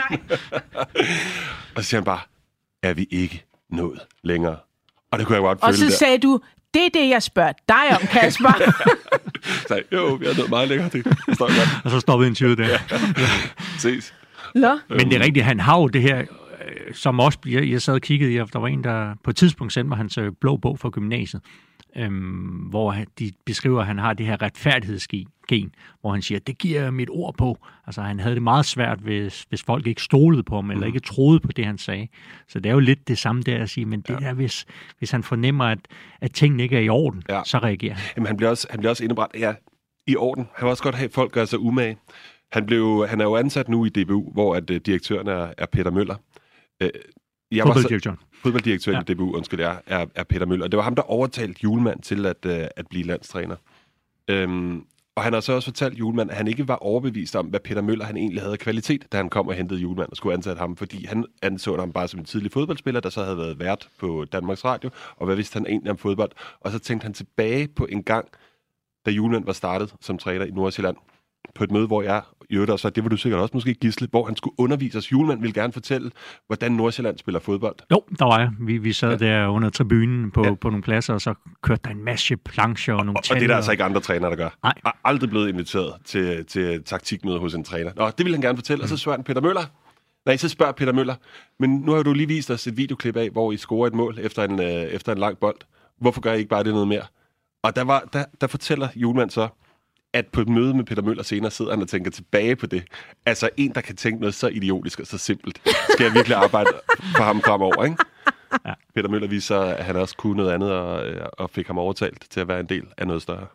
Og så siger han bare, er vi ikke nået længere? Og det kunne jeg godt føle Og så der. sagde du, det er det, jeg spørger dig om, Kasper. Så jo, vi har nået meget længere. Det står godt. Og så stoppede interviewet der. Ses. Nå. Men det er rigtigt, han har jo det her, øh, som også, jeg, jeg sad og kiggede i, der var en, der på et tidspunkt sendte mig hans øh, blå bog fra gymnasiet, øhm, hvor han, de beskriver, at han har det her retfærdighedsgen, hvor han siger, det giver jeg mit ord på. Altså han havde det meget svært, hvis, hvis folk ikke stolede på ham, eller ikke troede på det, han sagde. Så det er jo lidt det samme der at sige, men det ja. er, hvis, hvis han fornemmer, at, at tingene ikke er i orden, ja. så reagerer han. Jamen han bliver også, han bliver også indebrændt. Ja, i orden. Han vil også godt have, at folk gør sig umage. Han, blev, han er jo ansat nu i D B U, hvor at, uh, direktøren er, er Peter Møller. Uh, Fodbolddirektøren. Fodbolddirektøren ja. i D B U, undskyld, jeg, er, er Peter Møller. Det var ham, der overtalte Hjulmand til at, uh, at blive landstræner. Um, Og han har så også fortalt Hjulmand, at han ikke var overbevist om, hvad Peter Møller han egentlig havde af kvalitet, da han kom og hentede Hjulmand og skulle ansætte ham, fordi han anså ham bare som en tidlig fodboldspiller, der så havde været vært på Danmarks Radio, og hvad vidste han egentlig om fodbold? Og så tænkte han tilbage på en gang, da Hjulmand var startet som træner i Nordsjælland, på et møde, hvor jeg i øvrigt også, det var du sikkert også måske, Gisle, hvor han skulle undervise os. Hjulmand ville gerne fortælle, hvordan Nordsjælland spiller fodbold. Jo, der var jeg. Vi, vi sad ja. der under tribunen på, ja. på nogle pladser, og så kørte der en masse plancher og nogle og, og det er der altså ikke andre trænere, der gør. Nej. Jeg er aldrig blevet inviteret til, til taktikmøde hos en træner. Nå, det ville han gerne fortælle, mm. og så spørger han Peter Møller. Nej, så spørger Peter Møller, men nu har du lige vist os et videoklip af, hvor I scorer et mål efter en, øh, efter en lang bold. Hvorfor gør I ikke bare det noget mere? Og der, var, der, der fortæller Hjulmand så, at på et møde med Peter Møller senere sidder han og tænker tilbage på det. Altså en, der kan tænke noget så idiotisk og så simpelt. Skal jeg virkelig arbejde for ham fremover, ikke? Ja. Peter Møller viser, at han også kunne noget andet og, og fik ham overtalt til at være en del af noget større.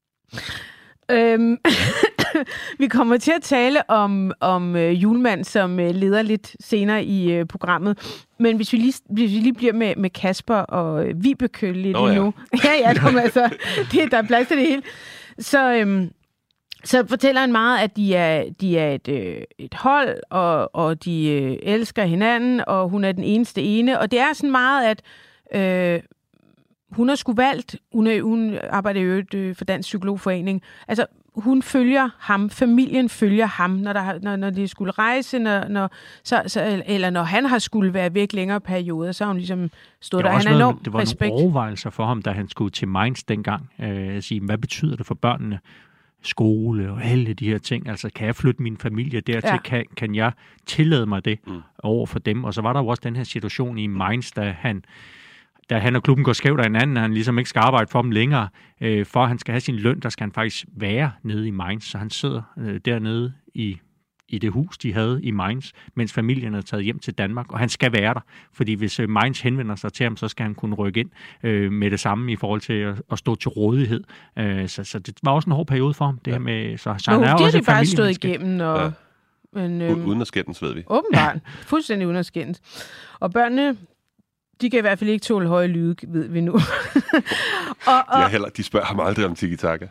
Øhm, vi kommer til at tale om, om uh, Hjulmand, som uh, leder lidt senere i uh, programmet. Men hvis vi lige, hvis vi lige bliver med, med Kasper og uh, Vibeke lidt Nå, ja. endnu. ja, ja, der, altså, det, der er plads til det hele. Så, øhm, så fortæller han meget, at de er, de er et, øh, et hold, og, og de øh, elsker hinanden, og hun er den eneste ene. Og det er sådan meget, at øh, hun har sgu valgt, hun, er, hun arbejder jo øh, for Dansk Psykologforening, altså hun følger ham, familien følger ham, når, der, når, når de skulle rejse, når, når, så, så, eller når han har skulle være væk længere perioder, så har hun ligesom stået der. Han er enormt det var respekt. nogle overvejelser for ham, da han skulle til Mainz dengang. Øh, at sige, hvad betyder det for børnene? Skole og alle de her ting. Altså, kan jeg flytte min familie dertil? Ja. Kan, kan jeg tillade mig det mm. over for dem? Og så var der jo også den her situation i Mainz, da han da han og klubben går skævt af hinanden, han ligesom ikke skal arbejde for dem længere, øh, for at han skal have sin løn, der skal han faktisk være nede i Mainz. Så han sidder øh, dernede i, i det hus, de havde i Mainz, mens familien er taget hjem til Danmark, og han skal være der, fordi hvis øh, Mainz henvender sig til ham, så skal han kunne rykke ind øh, med det samme i forhold til at, at stå til rådighed. Øh, så, så det var også en hård periode for ham, det ja. her med, så, så Nå, han er det også er det bare stået skal... igennem, og... Ja. Men, øhm, uden at skændes, ved vi. Åbenbart. Fuldstændig uden at skændes. Og børnene, de kan i hvert fald ikke tåle høje lyde, ved vi nu. og, og, de, heller, de spørger ham aldrig om tiki-taka.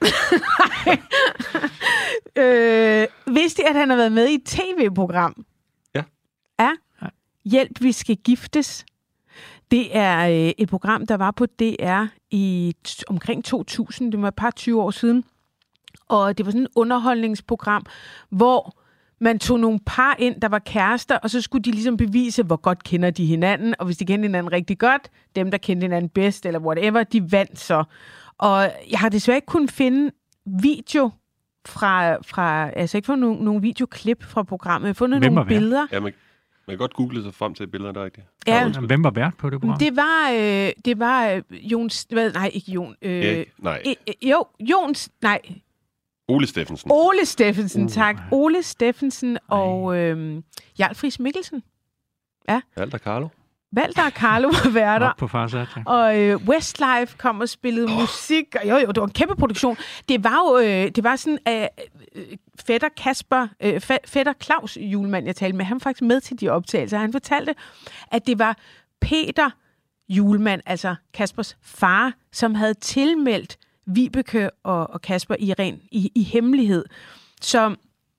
øh, vidste I, at han har været med i et tv-program? Ja. Ja. Hjælp, vi skal giftes. Det er øh, et program, der var på D R i t- omkring to tusind. Det var et par tyve år siden. Og det var sådan et underholdningsprogram, hvor man tog nogle par ind, der var kærester, og så skulle de ligesom bevise, hvor godt kender de hinanden. Og hvis de kendte hinanden rigtig godt, dem, der kendte hinanden bedst, eller whatever, de vandt så. Og jeg har desværre ikke kunnet finde video fra, fra altså ikke fundet nogle, nogle videoklip fra programmet. Jeg har fundet Hvem nogle billeder. Ja, man, man kan godt google sig frem til billeder, der er rigtigt. Ja. Hvem var vært på det program? Det var, øh, det var øh, Jon... Hvad, nej, ikke Jon. Øh, Erik, nej. Øh, jo, Jons... Nej. Ole Steffensen. Ole Steffensen, Uh, tak. Ole Steffensen og øh, Jarl Friis Mikkelsen. Ja. Walter Carlo. Walter og Carlo var værter. Op på Farsat, ja. Og øh, Westlife kom og spillede oh. musik. Og jo, jo, det var en kæmpe produktion. Det var jo øh, det var sådan, øh, øh, fætter Kasper, øh, fætter Claus Hjulmand, jeg talte med, han var faktisk med til de optagelser. Han fortalte, at det var Peter Hjulmand, altså Kaspers far, som havde tilmeldt Vibeke og, og Kasper i, ren, i, i hemmelighed. Så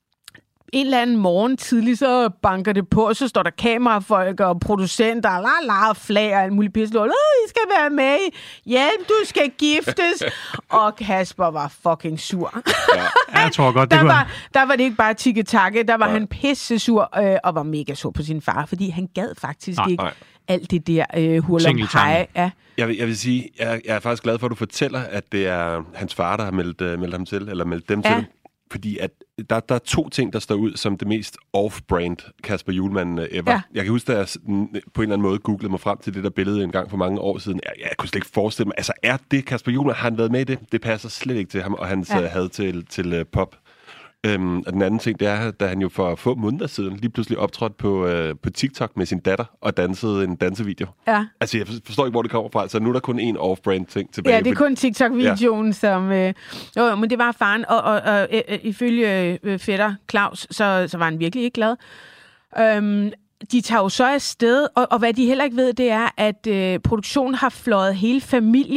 en eller anden morgen tidlig, så banker det på, og så står der kamerafolk og producenter, la la, flag og alt muligt pisselort. I skal være med. Hjælp, du skal giftes. Og Kasper var fucking sur. Ja, jeg tror godt, det der, kunne... var, der var det ikke bare tikke-takke, der var ja. han pisse sur øh, og var mega sur på sin far, fordi han gad faktisk nej, ikke nej. alt det der øh, hurlumhej. Ja. Jeg vil, jeg vil sige, jeg, jeg er faktisk glad for, at du fortæller, at det er hans far, der har meldt, uh, meldt ham til, eller meldt dem ja. til. Fordi at der, der er to ting, der står ud som det mest off-brand Kasper Hjulmand ever. Ja. Jeg kan huske, at jeg på en eller anden måde googlede mig frem til det der billede en gang for mange år siden. Jeg, jeg kunne slet ikke forestille mig, altså er det Kasper Hjulmand? Har han været med i det? Det passer slet ikke til ham og hans ja. had til, til uh, pop. Øhm, og den anden ting, det er, da han jo for få måneder siden lige pludselig optrådte på, øh, på TikTok med sin datter og dansede en dansevideo. Ja. Altså, jeg forstår ikke, hvor det kommer fra. Så nu er der kun én off-brand ting tilbage. Ja, det er kun TikTok-videoen, ja. som... Øh, jo, men det var faren, og, og, og øh, ifølge øh, fætter Claus, så, så var han virkelig ikke glad. Øhm, de tager jo så afsted, og, og hvad de heller ikke ved, det er, at øh, produktionen har fløjet hele familien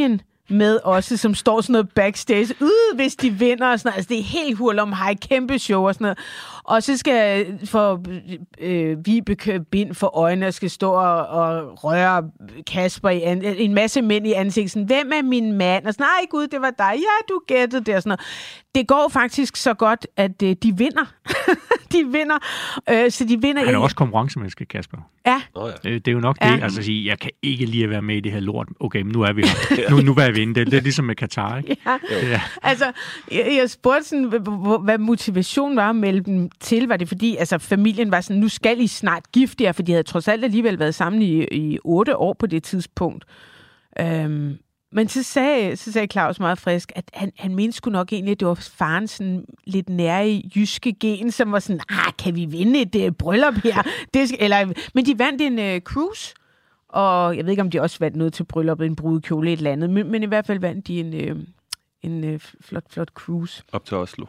med også, som står sådan noget backstage, ude hvis de vinder og sådan noget. Altså, det er helt hurlum hej, kæmpe show og sådan noget. Og så skal for øh, Vibeke bind for øjnene og skal stå og, og røre Kasper i an, en masse mænd i ansigtet. Sådan, hvem er min mand? Og sådan, nej gud, det var dig. Ja, du gættede det og sådan noget. Det går faktisk så godt, at øh, de vinder. de vinder. Øh, så de vinder. Han er også konkurrencemenneske, Kasper. Ja. Oh, ja. Det, det er jo nok ja. det. Altså at sige, jeg kan ikke lige at være med i det her lort. Okay, men nu er vi her. Nu, nu er vi inde. Det er lidt ligesom med Katar, ikke? Ja. Ja. Altså, jeg, jeg spurgte sådan, hvad motivationen var at melde dem til. Var det fordi, altså familien var sådan, nu skal I snart gifte jer, for de havde trods alt alligevel været sammen i, i otte år på det tidspunkt. Øhm, men så sagde, så sagde Claus meget frisk, at han, han mente sgu nok egentlig, at det var faren sådan lidt nære i jyske gen, som var sådan, ah, kan vi vinde et uh, bryllup her? Det skal, eller, men de vandt en uh, cruise, og jeg ved ikke, om de også vandt noget til brylluppet, en brudekjole, et eller andet, men, men i hvert fald vandt de en, uh, en uh, flot, flot cruise. Op til Oslo.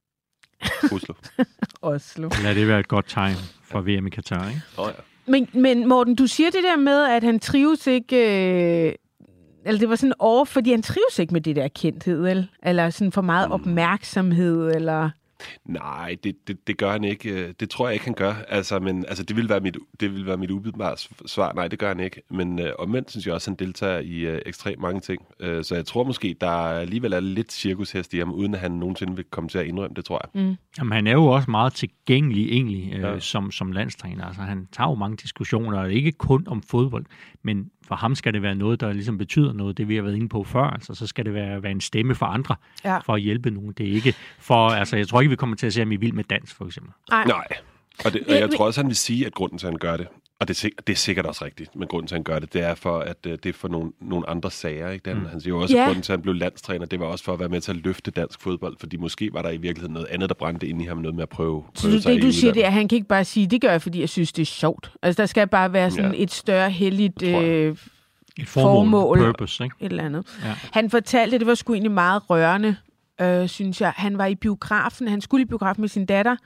Oslo. Oslo. Lad det være et godt tegn for V M i Katar, ikke? Oh, ja. Men, men Morten, du siger det der med, at han trives ikke... Øh, eller det var sådan over, fordi han trives ikke med det der kendthed, eller, eller sådan for meget opmærksomhed, eller... Nej, det, det, det gør han ikke. Det tror jeg ikke, han gør. Altså, men, altså, det vil være mit, det vil være mit umiddelbare svar. Nej, det gør han ikke. Men øh, omvendt synes jeg også, han deltager i øh, ekstremt mange ting. Øh, så jeg tror måske, der alligevel er lidt cirkushest i ham, uden at han nogensinde vil komme til at indrømme det, tror jeg. Mm. Jamen, han er jo også meget tilgængelig egentlig øh, ja. som, som landstræner. Altså, han tager jo mange diskussioner, og ikke kun om fodbold, men for ham skal det være noget, der ligesom betyder noget, det vi har været inde på før. Altså, så skal det være, være en stemme for andre, ja. For at hjælpe nogen. Det er ikke for, altså, jeg tror ikke, vi kommer til at se ham i Vild med Dans, for eksempel. Ej. Nej, og, det, og jeg tror også, han vil sige, at grunden til, at han gør det, og det er, det er sikkert også rigtigt, men grunden til, at han gør det, det er for, at uh, det er for nogle, nogle andre sager. Ikke? Den, mm. Han siger jo også, at yeah. grunden til, at han blev landstræner, det var også for at være med til at løfte dansk fodbold, fordi måske var der i virkeligheden noget andet, der brændte ind i ham, noget med at prøve, prøve så sig det, i du siger, det er, udlandet. at han kan ikke bare sige, det gør jeg, fordi jeg synes, det er sjovt. Altså, der skal bare være sådan ja. et større heldigt... Øh, et formål, formål purpose, ikke? Et eller andet. Ja. Han fortalte, det var sgu egentlig meget rørende, øh, synes jeg. Han var i biografen, han skulle i biografen med sin datter,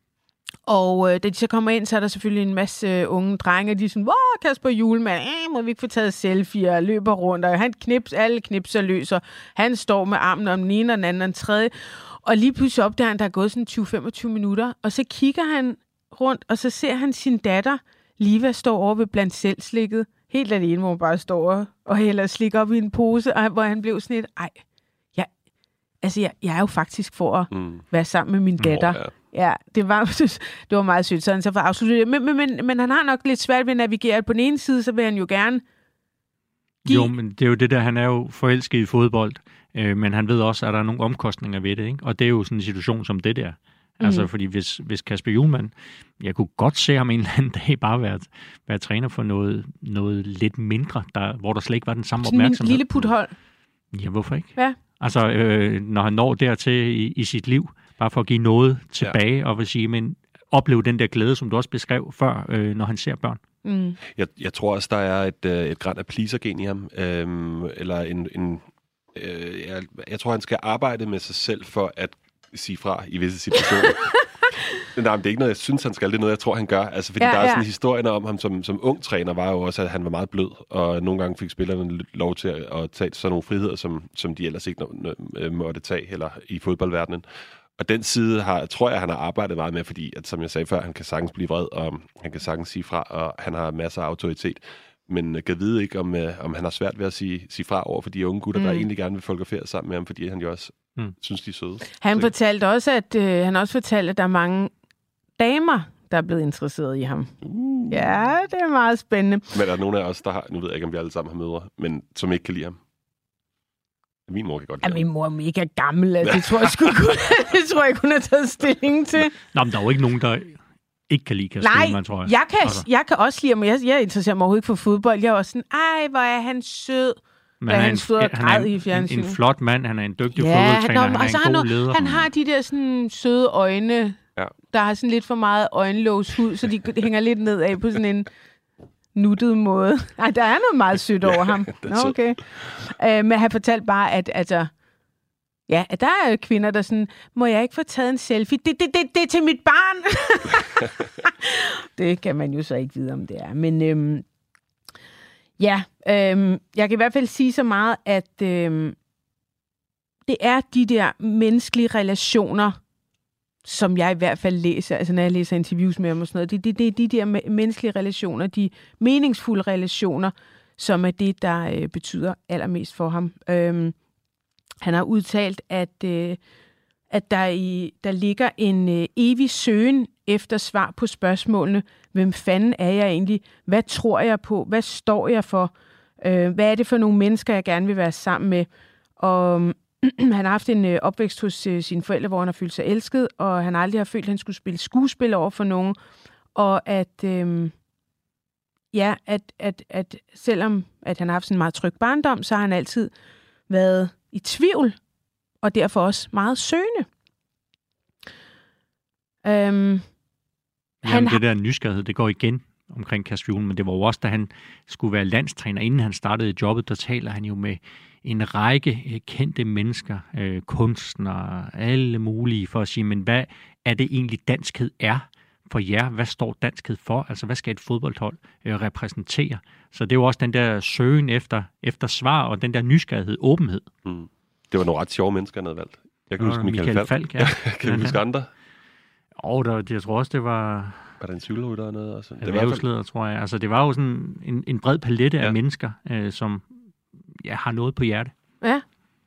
og øh, da de så kommer ind, så er der selvfølgelig en masse øh, unge drenge, de er sådan, hvor Kasper Hjulmand, øh, må vi ikke få taget selfie og løber rundt, og han knips, alle knipser løser. Han står med armen om den ene og den anden og den tredje, og lige pludselig opdager han, der er gået sådan tyve til femogtyve minutter, og så kigger han rundt, og så ser han sin datter, Liva, stå over ved blandt selvslikket, helt alene, hvor hun bare står og hælder slik op i en pose, og hvor han blev sådan et, ej, jeg, altså jeg, jeg er jo faktisk for at mm. være sammen med min datter. Oh, ja. ja, det var, det var meget sødt, så han så for afsluttet. Men, men, men, men han har nok lidt svært ved at navigere. På den ene side, så vil han jo gerne give... Jo, men det er jo det der, han er jo forelsket i fodbold, øh, men han ved også, at der er nogle omkostninger ved det, ikke? Og det er jo sådan en situation som det der. Mm. Altså, fordi hvis, hvis Kasper Hjulmand, jeg kunne godt se ham en eller anden dag bare være, være træner for noget, noget lidt mindre, der, hvor der slet ikke var den samme sådan opmærksomhed. En lille puthold. Ja, hvorfor ikke? Ja. Altså, øh, når han når dertil i, i sit liv, bare for at give noget tilbage, ja. Og vil sige, men opleve den der glæde, som du også beskrev før, øh, når han ser børn. Mm. Jeg, jeg tror også, der er et, øh, et græn af pleaser-gen i ham, øhm, eller en... en øh, jeg, jeg tror, han skal arbejde med sig selv for at sige fra i visse situationer. Nej, men det er ikke noget, jeg synes, han skal. Det er noget, jeg tror, han gør. Altså, fordi ja, der er ja. sådan historierne om ham som, som ung træner, var jo også, at han var meget blød, og nogle gange fik spillerne lov til at, at tage sådan nogle friheder, som, som de ellers ikke måtte tage eller i fodboldverdenen. Og den side har, tror jeg, han har arbejdet meget med, fordi, at, som jeg sagde før, han kan sagtens blive vred, og han kan sagtens sige fra, og han har masser af autoritet. Men jeg kan vide ikke, om, om han har svært ved at sige, sige fra over for de unge gutter, mm. der egentlig gerne vil fotografere sammen med ham, fordi han jo også mm. synes, de er søde. Han Så. fortalte også, at øh, han også fortalte, at der er mange damer, der er blevet interesseret i ham. Uh. Ja, det er meget spændende. Men er der nogen af os, der har, nu ved jeg ikke, om vi alle sammen har mødre, men som ikke kan lide ham? Min mor kan godt lide ja, min mor er mega gammel, altså. Det tror jeg sgu kun, det tror jeg kun har taget stilling til. Nå, men der er jo ikke nogen, der ikke kan lide Kasper Hjulmand, tror jeg. jeg kan, altså. jeg kan også lide ham, jeg, jeg interesserer mig overhovedet ikke for fodbold. Jeg er også sådan, ej, hvor er han sød. Men han, han stod og græd i fjernsynet. En, en flot mand, han er en dygtig ja, fodboldtræner, han, han, han er en god han, leder. Han har de der sådan søde øjne, ja. Der har sådan lidt for meget øjenlåshud, så de hænger lidt nedad på sådan en nuttet måde. Ej, der er noget meget sødt over ham. Nå, okay. Uh, men han fortalte bare, at altså, ja, at der er kvinder, der sådan, må jeg ikke få taget en selfie? Det, det, det, det er til mit barn! Det kan man jo så ikke vide, om det er. Men øhm, Ja, øh, jeg kan i hvert fald sige så meget, at øh, det er de der menneskelige relationer, som jeg i hvert fald læser, altså når jeg læser interviews med ham og sådan noget, det, det, det er de der menneskelige relationer, de meningsfulde relationer, som er det, der øh, betyder allermest for ham. Øh, han har udtalt, at, øh, at der, i, der ligger en øh, evig søgen efter svar på spørgsmålene. Hvem fanden er jeg egentlig? Hvad tror jeg på? Hvad står jeg for? Øh, hvad er det for nogle mennesker, jeg gerne vil være sammen med? Og han har haft en øh, opvækst hos øh, sine forældre, hvor han har følt sig elsket, og han aldrig har følt, at han skulle spille skuespil over for nogen. Og at, øh, ja, at, at, at selvom at han har haft sådan en meget tryg barndom, så har han altid været i tvivl, og derfor også meget søgende. Øhm, Jamen, det der nysgerrighed, det går igen omkring Kasper Hjulmand, men det var jo også, da han skulle være landstræner, inden han startede jobbet, der taler han jo med en række kendte mennesker, øh, kunstnere, alle mulige, for at sige, men hvad er det egentlig danskhed er for jer? Hvad står danskhed for? Altså, hvad skal et fodboldhold øh, repræsentere? Så det er jo også den der søgen efter, efter svar, og den der nysgerrighed, åbenhed. Mm. Det var nogle ret sjove mennesker, han havde valgt. Jeg kan og huske Michael, Michael Falk. Falk ja. Kan du huske andre? Og der, jeg tror også, det var... Var der en cykelrytter og noget? Også? Det var erhvervsleder, tror jeg. Altså, det var jo sådan en, en bred palette ja. af mennesker, øh, som ja, har noget på hjerte. Ja.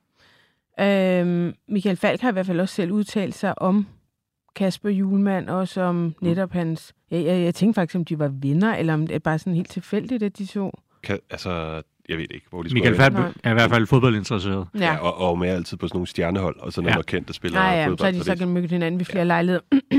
Øhm, Michael Falk har i hvert fald også selv udtalt sig om Kasper Hjulmand, og som netop hans... Jeg, jeg, jeg tænkte faktisk, om de var venner, eller om det er bare sådan helt tilfældigt, at de så... Kan, altså, jeg ved ikke, hvor de Michael Falk er i hvert fald fodboldinteresseret. Ja, ja og, og med altid på sådan nogle stjernehold, og sådan ja. nogle kendte spillere. Nej, ja, fodbold, så har de så kan møde hinanden ved flere ja. lejligheder.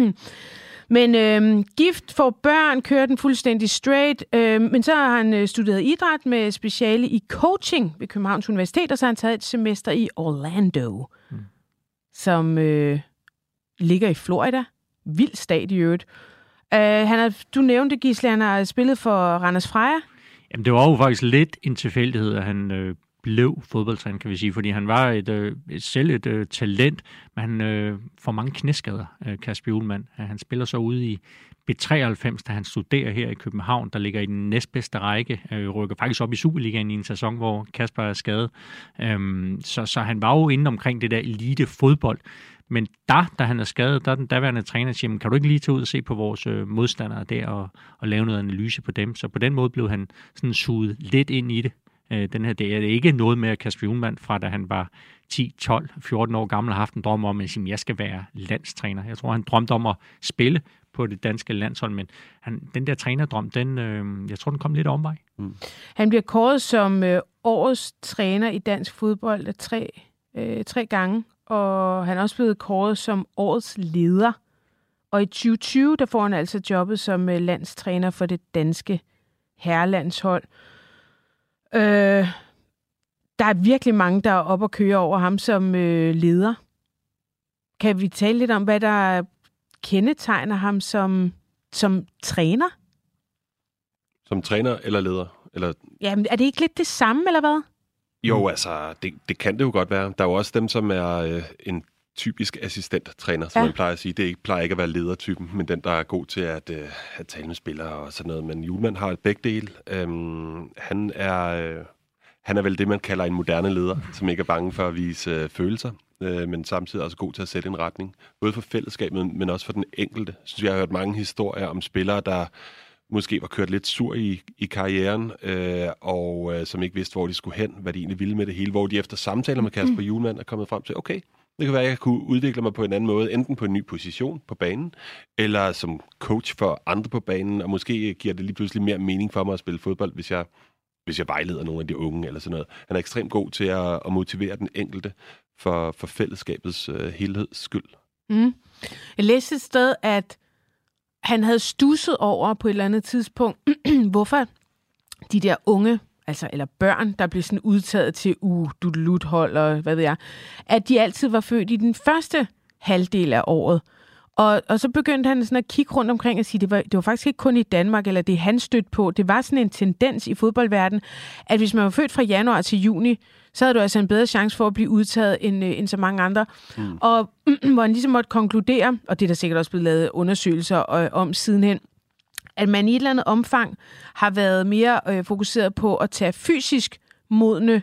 Men øh, gift for børn kører den fuldstændig straight, øh, men så har han øh, studeret idræt med speciale i coaching ved Københavns Universitet, og så har han taget et semester i Orlando, mm. som øh, ligger i Florida. Vild stat i øvrigt. Øh, han har, du nævnte, Gisle, han har spillet for Randers Freja. Jamen, det var jo faktisk lidt en tilfældighed, at han øh, blev fodboldtræner, kan vi sige, fordi han var et, øh, et selv et øh, talent, men han øh, får mange knæskader, øh, Kasper Hjulmand. Han spiller så ude i B treoghalvfems, da han studerer her i København, der ligger i den næstbedste række, øh, rykker faktisk op i Superligaen i en sæson, hvor Kasper er skadet. Øhm, så, så han var jo inde omkring det der elite fodbold. Men der, da han er skadet, der er den daværende træner, siger, kan du ikke lige tage ud og se på vores øh, modstandere der og, og lave noget analyse på dem? Så på den måde blev han sådan suget lidt ind i det. Øh, den her, det er ikke noget med at Kasper Hjulmand fra, da han var ti, tolv, fjorten år gammel, har haft en drøm om, at jeg skal være landstræner. Jeg tror, han drømte om at spille på det danske landshold, men han, den der trænerdrøm, den, øh, jeg tror, den kom lidt omvej. Mm. Han bliver kåret som øh, årets træner i dansk fodbold af tre, øh, tre gange, og han er også blevet kåret som årets leder. Og i tyve tyve, der får han altså jobbet som øh, landstræner for det danske herrelandshold. Øh, der er virkelig mange, der er op og køre over ham som øh, leder. Kan vi tale lidt om, hvad der kendetegner ham som, som træner? Som træner eller leder? Eller... Jamen, er det ikke lidt det samme, eller hvad? Jo, altså, det, det kan det jo godt være. Der er jo også dem, som er øh, en typisk assistenttræner, som ja. man plejer at sige. Det ikke, plejer ikke at være ledertypen, men den, der er god til at, øh, at tale med spillere og sådan noget. Men Hjulmand har et begge dele. Øhm, han, er, øh, han er vel det, man kalder en moderne leder, som ikke er bange for at vise øh, følelser, øh, men samtidig også god til at sætte en retning. Både for fællesskabet, men også for den enkelte. Jeg synes, jeg har hørt mange historier om spillere, der måske var kørt lidt sur i, i karrieren, øh, og øh, som ikke vidste, hvor de skulle hen, hvad de egentlig ville med det hele, hvor de efter samtaler med Kasper Hjulmand er kommet frem til, okay, det kan være, at jeg kunne udvikle mig på en anden måde, enten på en ny position på banen, eller som coach for andre på banen, og måske giver det lige pludselig mere mening for mig at spille fodbold, hvis jeg, hvis jeg vejleder nogle af de unge, eller sådan noget. Han er ekstremt god til at, at motivere den enkelte for, for fællesskabets øh, helheds skyld. Mm. Jeg læste et sted, at han havde stusset over på et eller andet tidspunkt, hvorfor de der unge, altså eller børn, der blev sådan udtaget til u-dudelut-hold og hvad ved jeg, at de altid var født i den første halvdel af året. Og, og så begyndte han sådan at kigge rundt omkring og sige, det var, det var faktisk ikke kun i Danmark, eller det han stødte på. Det var sådan en tendens i fodboldverdenen, at hvis man var født fra januar til juni, så havde du altså en bedre chance for at blive udtaget end, end så mange andre. Mm. Og hvor han ligesom måtte konkludere, og det er der sikkert også blevet lavet undersøgelser om sidenhen, at man i et eller andet omfang har været mere øh, fokuseret på at tage fysisk modne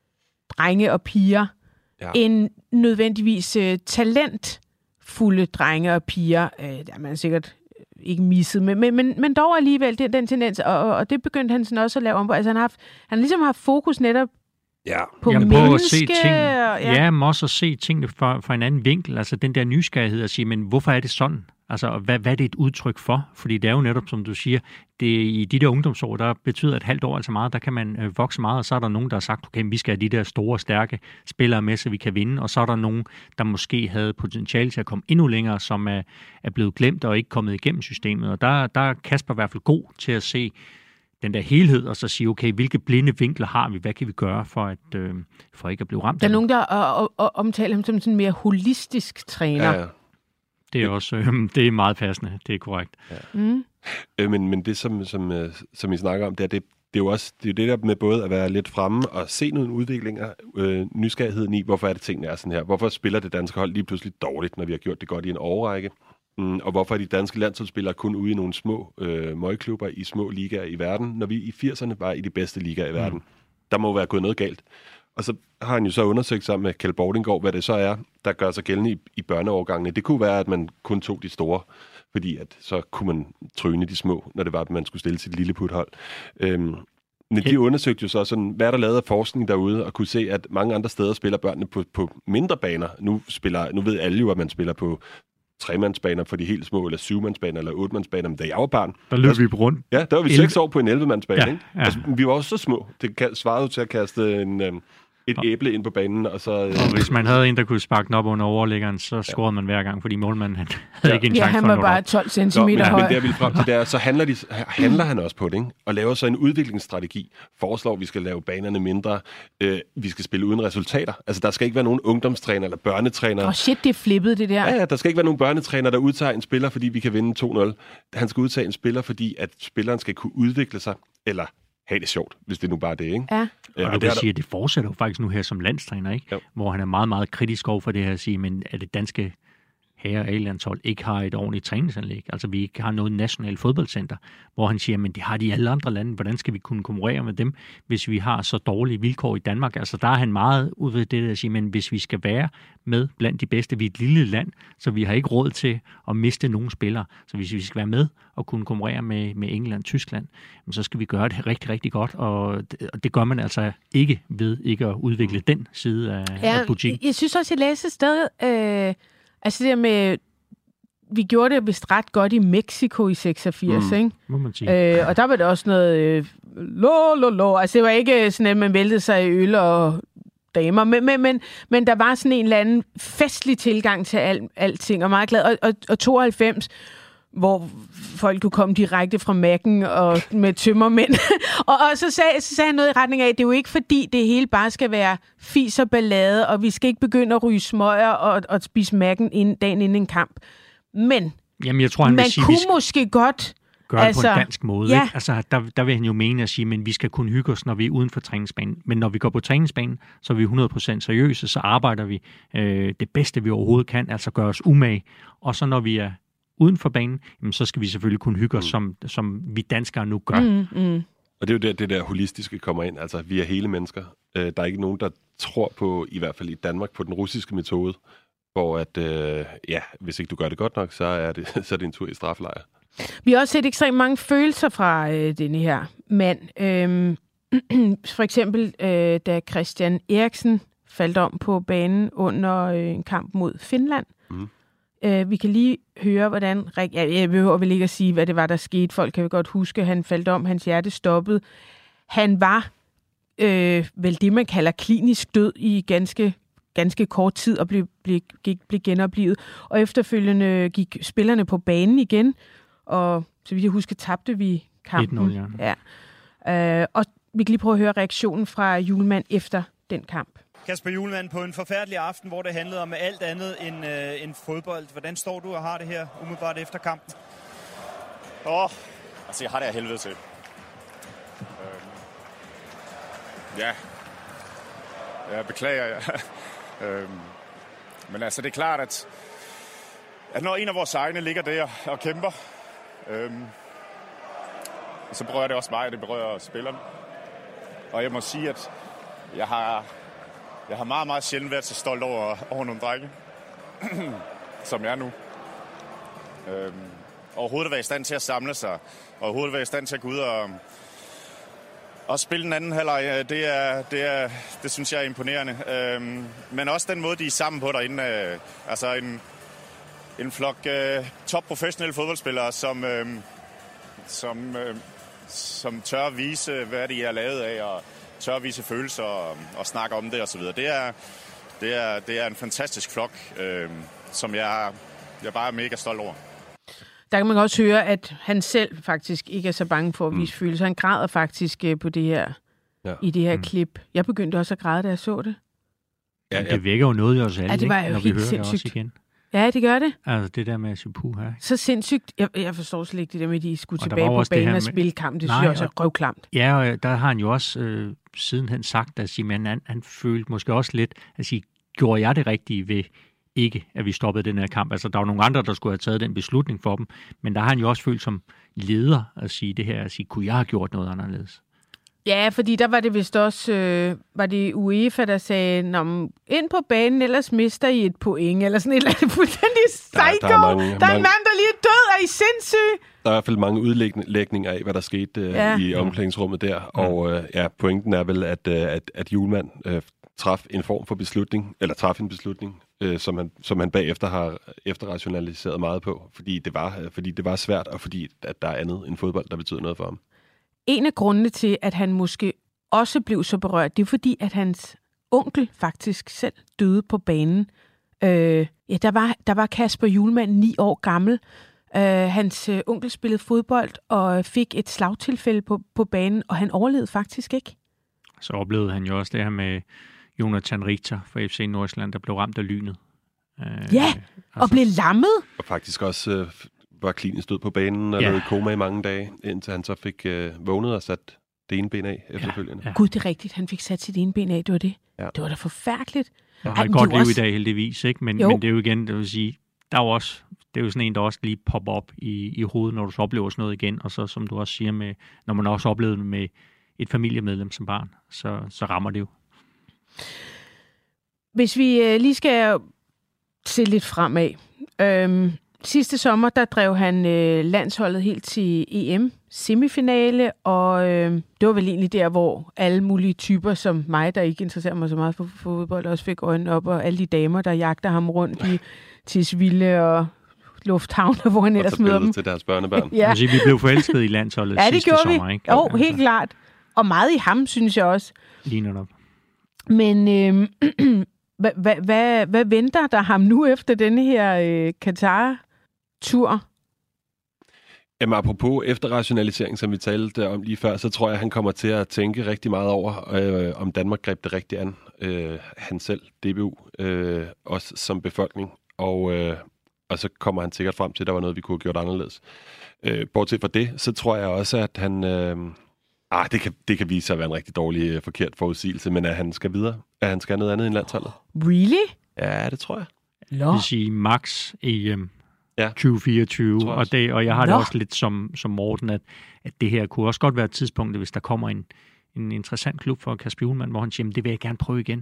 drenge og piger, ja. end nødvendigvis øh, talentfulde drenge og piger. Øh, der er man sikkert ikke misset, men, men, men, men dog alligevel den, den tendens, og, og det begyndte han sådan også at lave om på. Altså han har, haft, han har ligesom haft fokus netop ja. på Jamen, menneske. at se ting, ja, ja, men også at se tingene fra, fra en anden vinkel. Altså den der nysgerrighed at sige, men hvorfor er det sådan? Altså, hvad, hvad er det et udtryk for? Fordi det er jo netop, som du siger, det, i de der ungdomsår, der betyder et halvt år altså meget, der kan man øh, vokse meget, og så er der nogen, der har sagt, okay, vi skal have de der store, stærke spillere med, så vi kan vinde, og så er der nogen, der måske havde potentiale til at komme endnu længere, som er, er blevet glemt og ikke kommet igennem systemet. Og der, der er Kasper i hvert fald god til at se den der helhed, og så sige, okay, hvilke blinde vinkler har vi? Hvad kan vi gøre for, at, øh, for ikke at blive ramt? Der er nogen, der øh, øh, omtaler ham som sådan en mere holistisk træner. Ja, ja. Det er også øh, det er meget passende, det er korrekt. Ja. Mm. Øh, men, men det, som, som, som I snakker om, det er, det, det er jo også det, er det der med både at være lidt fremme og se nogle udviklinger, øh, nysgerrigheden i, hvorfor er det tingene er sådan her? Hvorfor spiller det danske hold lige pludselig dårligt, når vi har gjort det godt i en årrække? Mm, og hvorfor er de danske landsholdsspillere kun ude i nogle små øh, møgklubber i små ligaer i verden, når vi i firserne var i de bedste ligaer i verden? Mm. Der må være gået noget galt. Og så har han jo så undersøgt sammen med Kjeld Bordinggaard, hvad det så er, der gør sig gældende i, i børneårgangene. Det kunne være, at man kun tog de store, fordi at så kunne man tryne de små, når det var, at man skulle stille sit lille puthold. Øhm, men de undersøgte jo så sådan, hvad er der lavet af forskning derude, og kunne se, at mange andre steder spiller børnene på, på mindre baner. Nu, spiller, nu ved alle jo, at man spiller på tremandsbaner for de helt små, eller syvmandsbaner, eller ottmandsbaner, men da jeg var barn... Der løb vi på rundt. Ja, der var vi seks år på en elleve-mandsbane, ja, ikke? Ja. Altså, vi var også så små. Det svarede jo til at kaste en... Øhm, et æble ind på banen, og så... Øh, og hvis man havde en, der kunne sparke den op under overliggeren, så scorede ja. man hver gang, fordi målmanden han havde ja. ikke en ja, chance han for var bare tolv centimeter høj. Men det, jeg ville frem til, der, så handler, de, handler han også på det, ikke? Og laver så en udviklingsstrategi. Foreslår, at vi skal lave banerne mindre. Øh, vi skal spille uden resultater. Altså, der skal ikke være nogen ungdomstræner eller børnetræner. Åh, oh, shit, det er flippet, det der. Ja, ja, der skal ikke være nogen børnetræner, der udtager en spiller, fordi vi kan vinde to nul. Han skal udtage en spiller, fordi at spilleren skal kunne udvikle sig, eller have det sjovt, hvis det nu bare er det, ikke? Ja. Og, og du kan sige, at det fortsætter jo faktisk nu her som landstræner, ikke? Jo. Hvor han er meget, meget kritisk over for det her at sige, men er det danske herre- og A-landshold ikke har et ordentligt træningsanlæg? Altså, vi ikke har noget nationalt fodboldcenter, hvor han siger, men det har de i alle andre lande. Hvordan skal vi kunne konkurrere med dem, hvis vi har så dårlige vilkår i Danmark? Altså, der er han meget ud ved det der at sige, men hvis vi skal være med blandt de bedste, vi er et lille land, så vi har ikke råd til at miste nogen spillere. Så hvis vi skal være med og kunne konkurrere med, med England og Tyskland, så skal vi gøre det rigtig, rigtig godt, og det, og det gør man altså ikke ved ikke at udvikle den side af, ja, af butikken. Jeg synes også, jeg læste et sted, øh, altså det der med, vi gjorde det vist ret godt i Mexico i seksogfirs, mm, ikke? Må man sige. Øh, og der var det også noget, øh, lo, lo, lo, altså det var ikke sådan, at man væltede sig i øl og damer, men, men, men, men der var sådan en eller anden festlig tilgang til al, alting, og meget glad, og, og, og tooghalvfems, hvor folk kunne komme direkte fra Mac'en og med tømmermænd. og, og så sagde, så sagde han noget i retning af, at det er jo ikke fordi, det hele bare skal være fis og ballade, og vi skal ikke begynde at ryge smøger og, og spise Mac'en inden, dagen inden en kamp. Men Jamen, jeg tror, han man vil sige, kunne skal... måske godt gøre altså, det på en dansk måde. Ja. Ikke? Altså, der, der vil han jo mene at sige, men vi skal kunne hygge os, når vi er uden for træningsbanen. Men når vi går på træningsbanen, så er vi hundrede procent seriøse, så arbejder vi øh, det bedste, vi overhovedet kan, altså gøre os umage. Og så når vi er uden for banen, jamen, så skal vi selvfølgelig kunne hygge os, mm. som, som vi danskere nu gør. Mm, mm. Og det er jo der, det der holistiske kommer ind. Altså, vi er hele mennesker. Øh, der er ikke nogen, der tror på, i hvert fald i Danmark, på den russiske metode, hvor at, øh, ja, hvis ikke du gør det godt nok, så er det, så er det en tur i straflejr. Vi har også set ekstremt mange følelser fra øh, denne her mand. Øhm, for eksempel, øh, da Christian Eriksen faldt om på banen under øh, en kamp mod Finland. Mm. Øh, vi kan lige høre, hvordan... Ja, jeg behøver vel ikke at sige, hvad det var, der skete. Folk kan jo godt huske, at han faldt om, hans hjerte stoppede. Han var øh, vel det, man kalder klinisk død i ganske... ganske kort tid og blev, blev, gik, blev genoplevet. Og efterfølgende gik spillerne på banen igen, og så vidt jeg husker, tabte vi kampen. et nul, ja. Ja. Øh, og vi kan lige prøve at høre reaktionen fra Hjulmand efter den kamp. Kasper Hjulmand, på en forfærdelig aften, hvor det handlede om alt andet end, øh, end fodbold. Hvordan står du og har det her umiddelbart efter kampen? Åh, oh, altså jeg har det af helvede til. Øhm, ja, jeg beklager. Ja. øhm, men altså det er klart, at, at når en af vores egne ligger der og kæmper, øhm, så berører det også mig, og det berører spillerne. Og jeg må sige, at jeg har, jeg har meget, meget sjældent været så stolt over, over nogle drenge, som jeg er nu. Øhm, overhovedet være i stand til at samle sig, overhovedet være i stand til at gå ud og, og spille den anden halvleg, det, er, det, er, det synes jeg er imponerende. Øhm, men også den måde, de er sammen på derinde. Øh, altså en, en flok øh, top-professionelle fodboldspillere, som, øh, som, øh, som tør at vise, hvad de er lavet af, og tør at vise følelser og, og snakke om det osv. Det er, det, er, det er en fantastisk flok, øh, som jeg, jeg bare er mega stolt over. Der kan man også høre, at han selv faktisk ikke er så bange for at vise mm. følelser. Han græder faktisk på det her, ja. i det her mm. klip. Jeg begyndte også at græde, da jeg så det. Ja, ja. Det vækker jo noget i os alle, ja, det var jo når vi hører sindssygt. Det også igen. Ja, det gør det. Altså det der med at sige puh her. Så sindssygt. Jeg, jeg forstår slet ikke det der med, at de skulle tilbage på banen og spille kamp. Det synes jeg også er røvklamt. Ja, og der har han jo også øh, sidenhen sagt, at sige, han, han følte måske også lidt, at sige, gjorde jeg det rigtige ved ikke, at vi stoppede den her kamp. Altså, der var nogle andre, der skulle have taget den beslutning for dem, men der har han jo også følt som leder at sige det her, at sige, kunne jeg have gjort noget anderledes? Ja, fordi der var det vist også, øh, var det UEFA, der sagde, ind på banen, ellers mister I et point, eller sådan et eller andet fuldstændig psycho. Der, der, er, mange, der er mange, en mand, der lige er død, er I sindssyg? Der er i hvert fald mange udlægninger af, hvad der skete øh, ja. i omklædningsrummet der, ja. og øh, ja, pointen er vel, at, øh, at, at Hjulmand øh, traf en form for beslutning, eller traf en beslutning, øh, som, han, som han bagefter har efterrationaliseret meget på, fordi det var, øh, fordi det var svært, og fordi at der er andet end fodbold, der betyder noget for ham. En af grundene til, at han måske også blev så berørt, det er fordi, at hans onkel faktisk selv døde på banen. Øh, ja, der var, der var Kasper Hjulmand ni år gammel. Øh, hans øh, onkel spillede fodbold og fik et slagtilfælde på, på banen, og han overlevede faktisk ikke. Så oplevede han jo også det her med Jonathan Richter fra F C Nordsjælland, der blev ramt af lynet. Øh, ja, altså, og blev lammet. Og faktisk også øh, var klinisk død på banen og ja. lå i koma i mange dage, indtil han så fik øh, vågnet og sat det ene ben af efterfølgende. Ja, ja. Gud, det er rigtigt. Han fik sat sit ene ben af, det var det. Ja. Det var da forfærdeligt. Han har et godt liv også i dag, heldigvis, ikke? Men, men det er jo igen, det vil sige, der er jo også, det er jo sådan en, der også lige popper op i, i hovedet, når du så oplever sådan noget igen, og så, som du også siger, med, når man også oplever det med et familiemedlem som barn, så, så rammer det jo. Hvis vi øh, lige skal se lidt fremad. Øhm, sidste sommer, der drev han øh, landsholdet helt til E M-semifinale, og øh, det var vel egentlig der, hvor alle mulige typer som mig, der ikke interesserer mig så meget for fodbold, også fik øjnene op, og alle de damer, der jagter ham rundt i Tisvilde og Lufthavn, hvor han ellers møder dem. Til deres børnebørn. Ja. Altså, vi blev forelsket i landsholdet ja, sidste sommer, vi. ikke? Jo, altså. Helt klart. Og meget i ham, synes jeg også. Lige netop. Men øh, hvad, hvad, hvad, hvad venter der ham nu efter denne her øh, Qatar-tur? Jamen, apropos efterrationalisering, som vi talte om lige før, så tror jeg, at han kommer til at tænke rigtig meget over, øh, om Danmark greb det rigtigt an. Øh, han selv, D B U, øh, også som befolkning. Og, øh, og så kommer han sikkert frem til, at der var noget, vi kunne have gjort anderledes. Øh, bortset fra det, så tror jeg også, at han... Øh, ah, det kan, det kan vise sig at være en rigtig dårlig, øh, forkert forudsigelse, men at han skal videre. At han skal noget andet end landsholdet. Really? Ja, det tror jeg. Det vil sige max E M. Ja. tyve fireogtyve, og, det, og jeg har Nå. det også lidt som, som Morten, at, at det her kunne også godt være et tidspunkt, hvis der kommer en, en interessant klub for Kasper Hjulmand, hvor han siger, det vil jeg gerne prøve igen.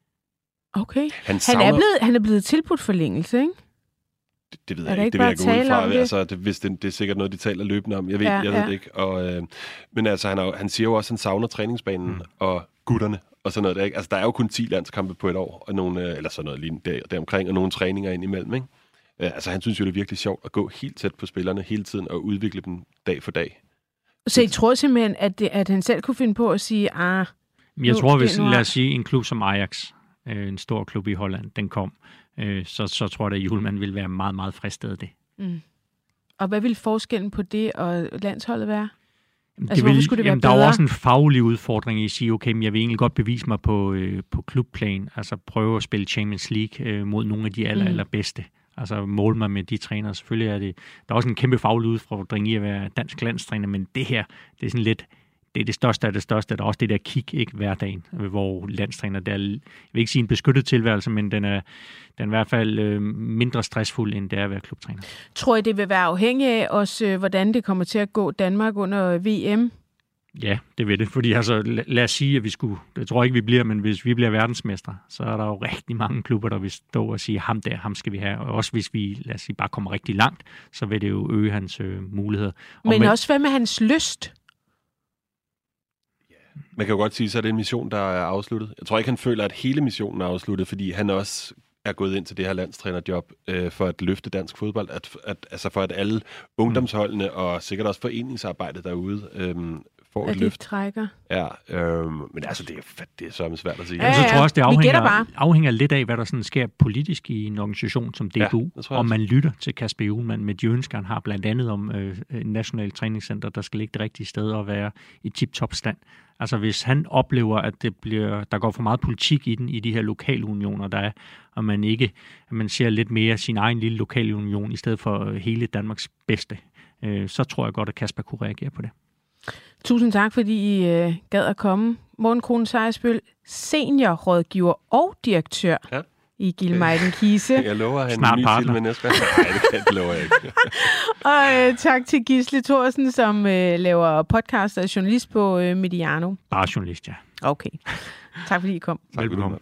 Okay. Han, savner... han, er, blevet, han er blevet tilbudt forlængelse, ikke? Det, det ved jeg ikke, det vil jeg gå ud fra. Altså, det, hvis det, det er sikkert noget, de taler løbende om. Jeg ved, ja, jeg ved ja. det ikke. Og, øh, men altså, han, er, han siger jo også, at han savner træningsbanen mm. og gutterne og sådan noget. Der, ikke? Altså, der er jo kun ti landskampe på et år, og nogle, eller sådan noget lignende der, deromkring, og nogle træninger ind imellem, ikke? Altså, han synes jo, det er virkelig sjovt at gå helt tæt på spillerne hele tiden og udvikle dem dag for dag. Så I tror simpelthen, at, det, at han selv kunne finde på at sige, ah... Jeg tror, hvis, lad os sige, en klub som Ajax, øh, en stor klub i Holland, den kom, øh, så, så tror jeg, at Hjulmand ville være meget, meget fristet af det. Mm. Og hvad ville forskellen på det og landsholdet være? Det altså, vil, skulle det jamen, være der er jo også en faglig udfordring i at sige, okay, men jeg vil egentlig godt bevise mig på, øh, på klubplan, altså prøve at spille Champions League øh, mod nogle af de aller, mm. allerbedste. Altså måle mig med de trænere. Selvfølgelig er det... Der er også en kæmpe faglig udfordring i at være dansk landstræner, men det her, det er sådan lidt det er det største af det største. Der er også det der kick, ikke, hverdagen, hvor landstræner, der er, jeg vil ikke sige en beskyttet tilværelse, men den er, den er i hvert fald øh, mindre stressfuld, end det er at være klubtræner. Tror I, det vil være afhængigt af også, hvordan det kommer til at gå Danmark under V M? Ja, det vil det, fordi altså, lad os sige, at vi skulle, det tror jeg ikke, vi bliver, men hvis vi bliver verdensmestre, så er der jo rigtig mange klubber, der vil stå og sige, ham der, ham skal vi have. Og også hvis vi, lad os sige, bare kommer rigtig langt, så vil det jo øge hans øh, muligheder. Men med, også hvad med hans lyst? Man kan jo godt sige, så er det en mission, der er afsluttet. Jeg tror ikke, han føler, at hele missionen er afsluttet, fordi han også er gået ind til det her landstrænerjob øh, for at løfte dansk fodbold, at, at, altså for at alle ungdomsholdene og sikkert også foreningsarbejdet derude øh, får et løft. Trækker. Ja, øh, men altså, det er, det er så svært at sige. Ja, ja. Så tror jeg også, det afhænger, afhænger lidt af, hvad der sådan sker politisk i en organisation som D B U, ja, om man lytter til Kasper Hjulmand med de ønsker, han har blandt andet om øh, en national træningscenter, der skal ligge det rigtige sted og være i tip-top stand. Altså hvis han oplever, at det bliver, der går for meget politik i den, i de her lokale unioner, der er, og man ikke, at man ser lidt mere sin egen lille lokale union, i stedet for hele Danmarks bedste, øh, så tror jeg godt, at Kasper kunne reagere på det. Tusind tak, fordi I øh, gad at komme. Morten Krohn Sejersbøl, seniorrådgiver og direktør ja. i Gilmeiden Kise. Jeg lover, at han er en ny til med næste gang. Nej, det kan det lover jeg ikke. Og øh, tak til Gisle Thorsen, som øh, laver podcast og journalist på øh, Mediano. Bare journalist, ja. Okay. Tak fordi I kom. Tak, velkommen.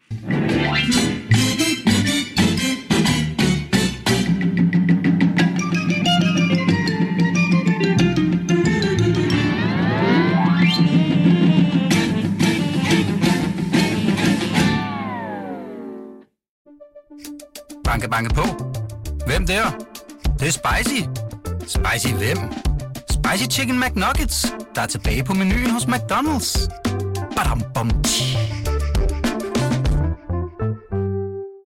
Banke, banke på. Hvem der? Det, det er spicy. Spicy hvem? Spicy Chicken McNuggets, der er tilbage på menuen hos McDonald's. Badum, bom, tji.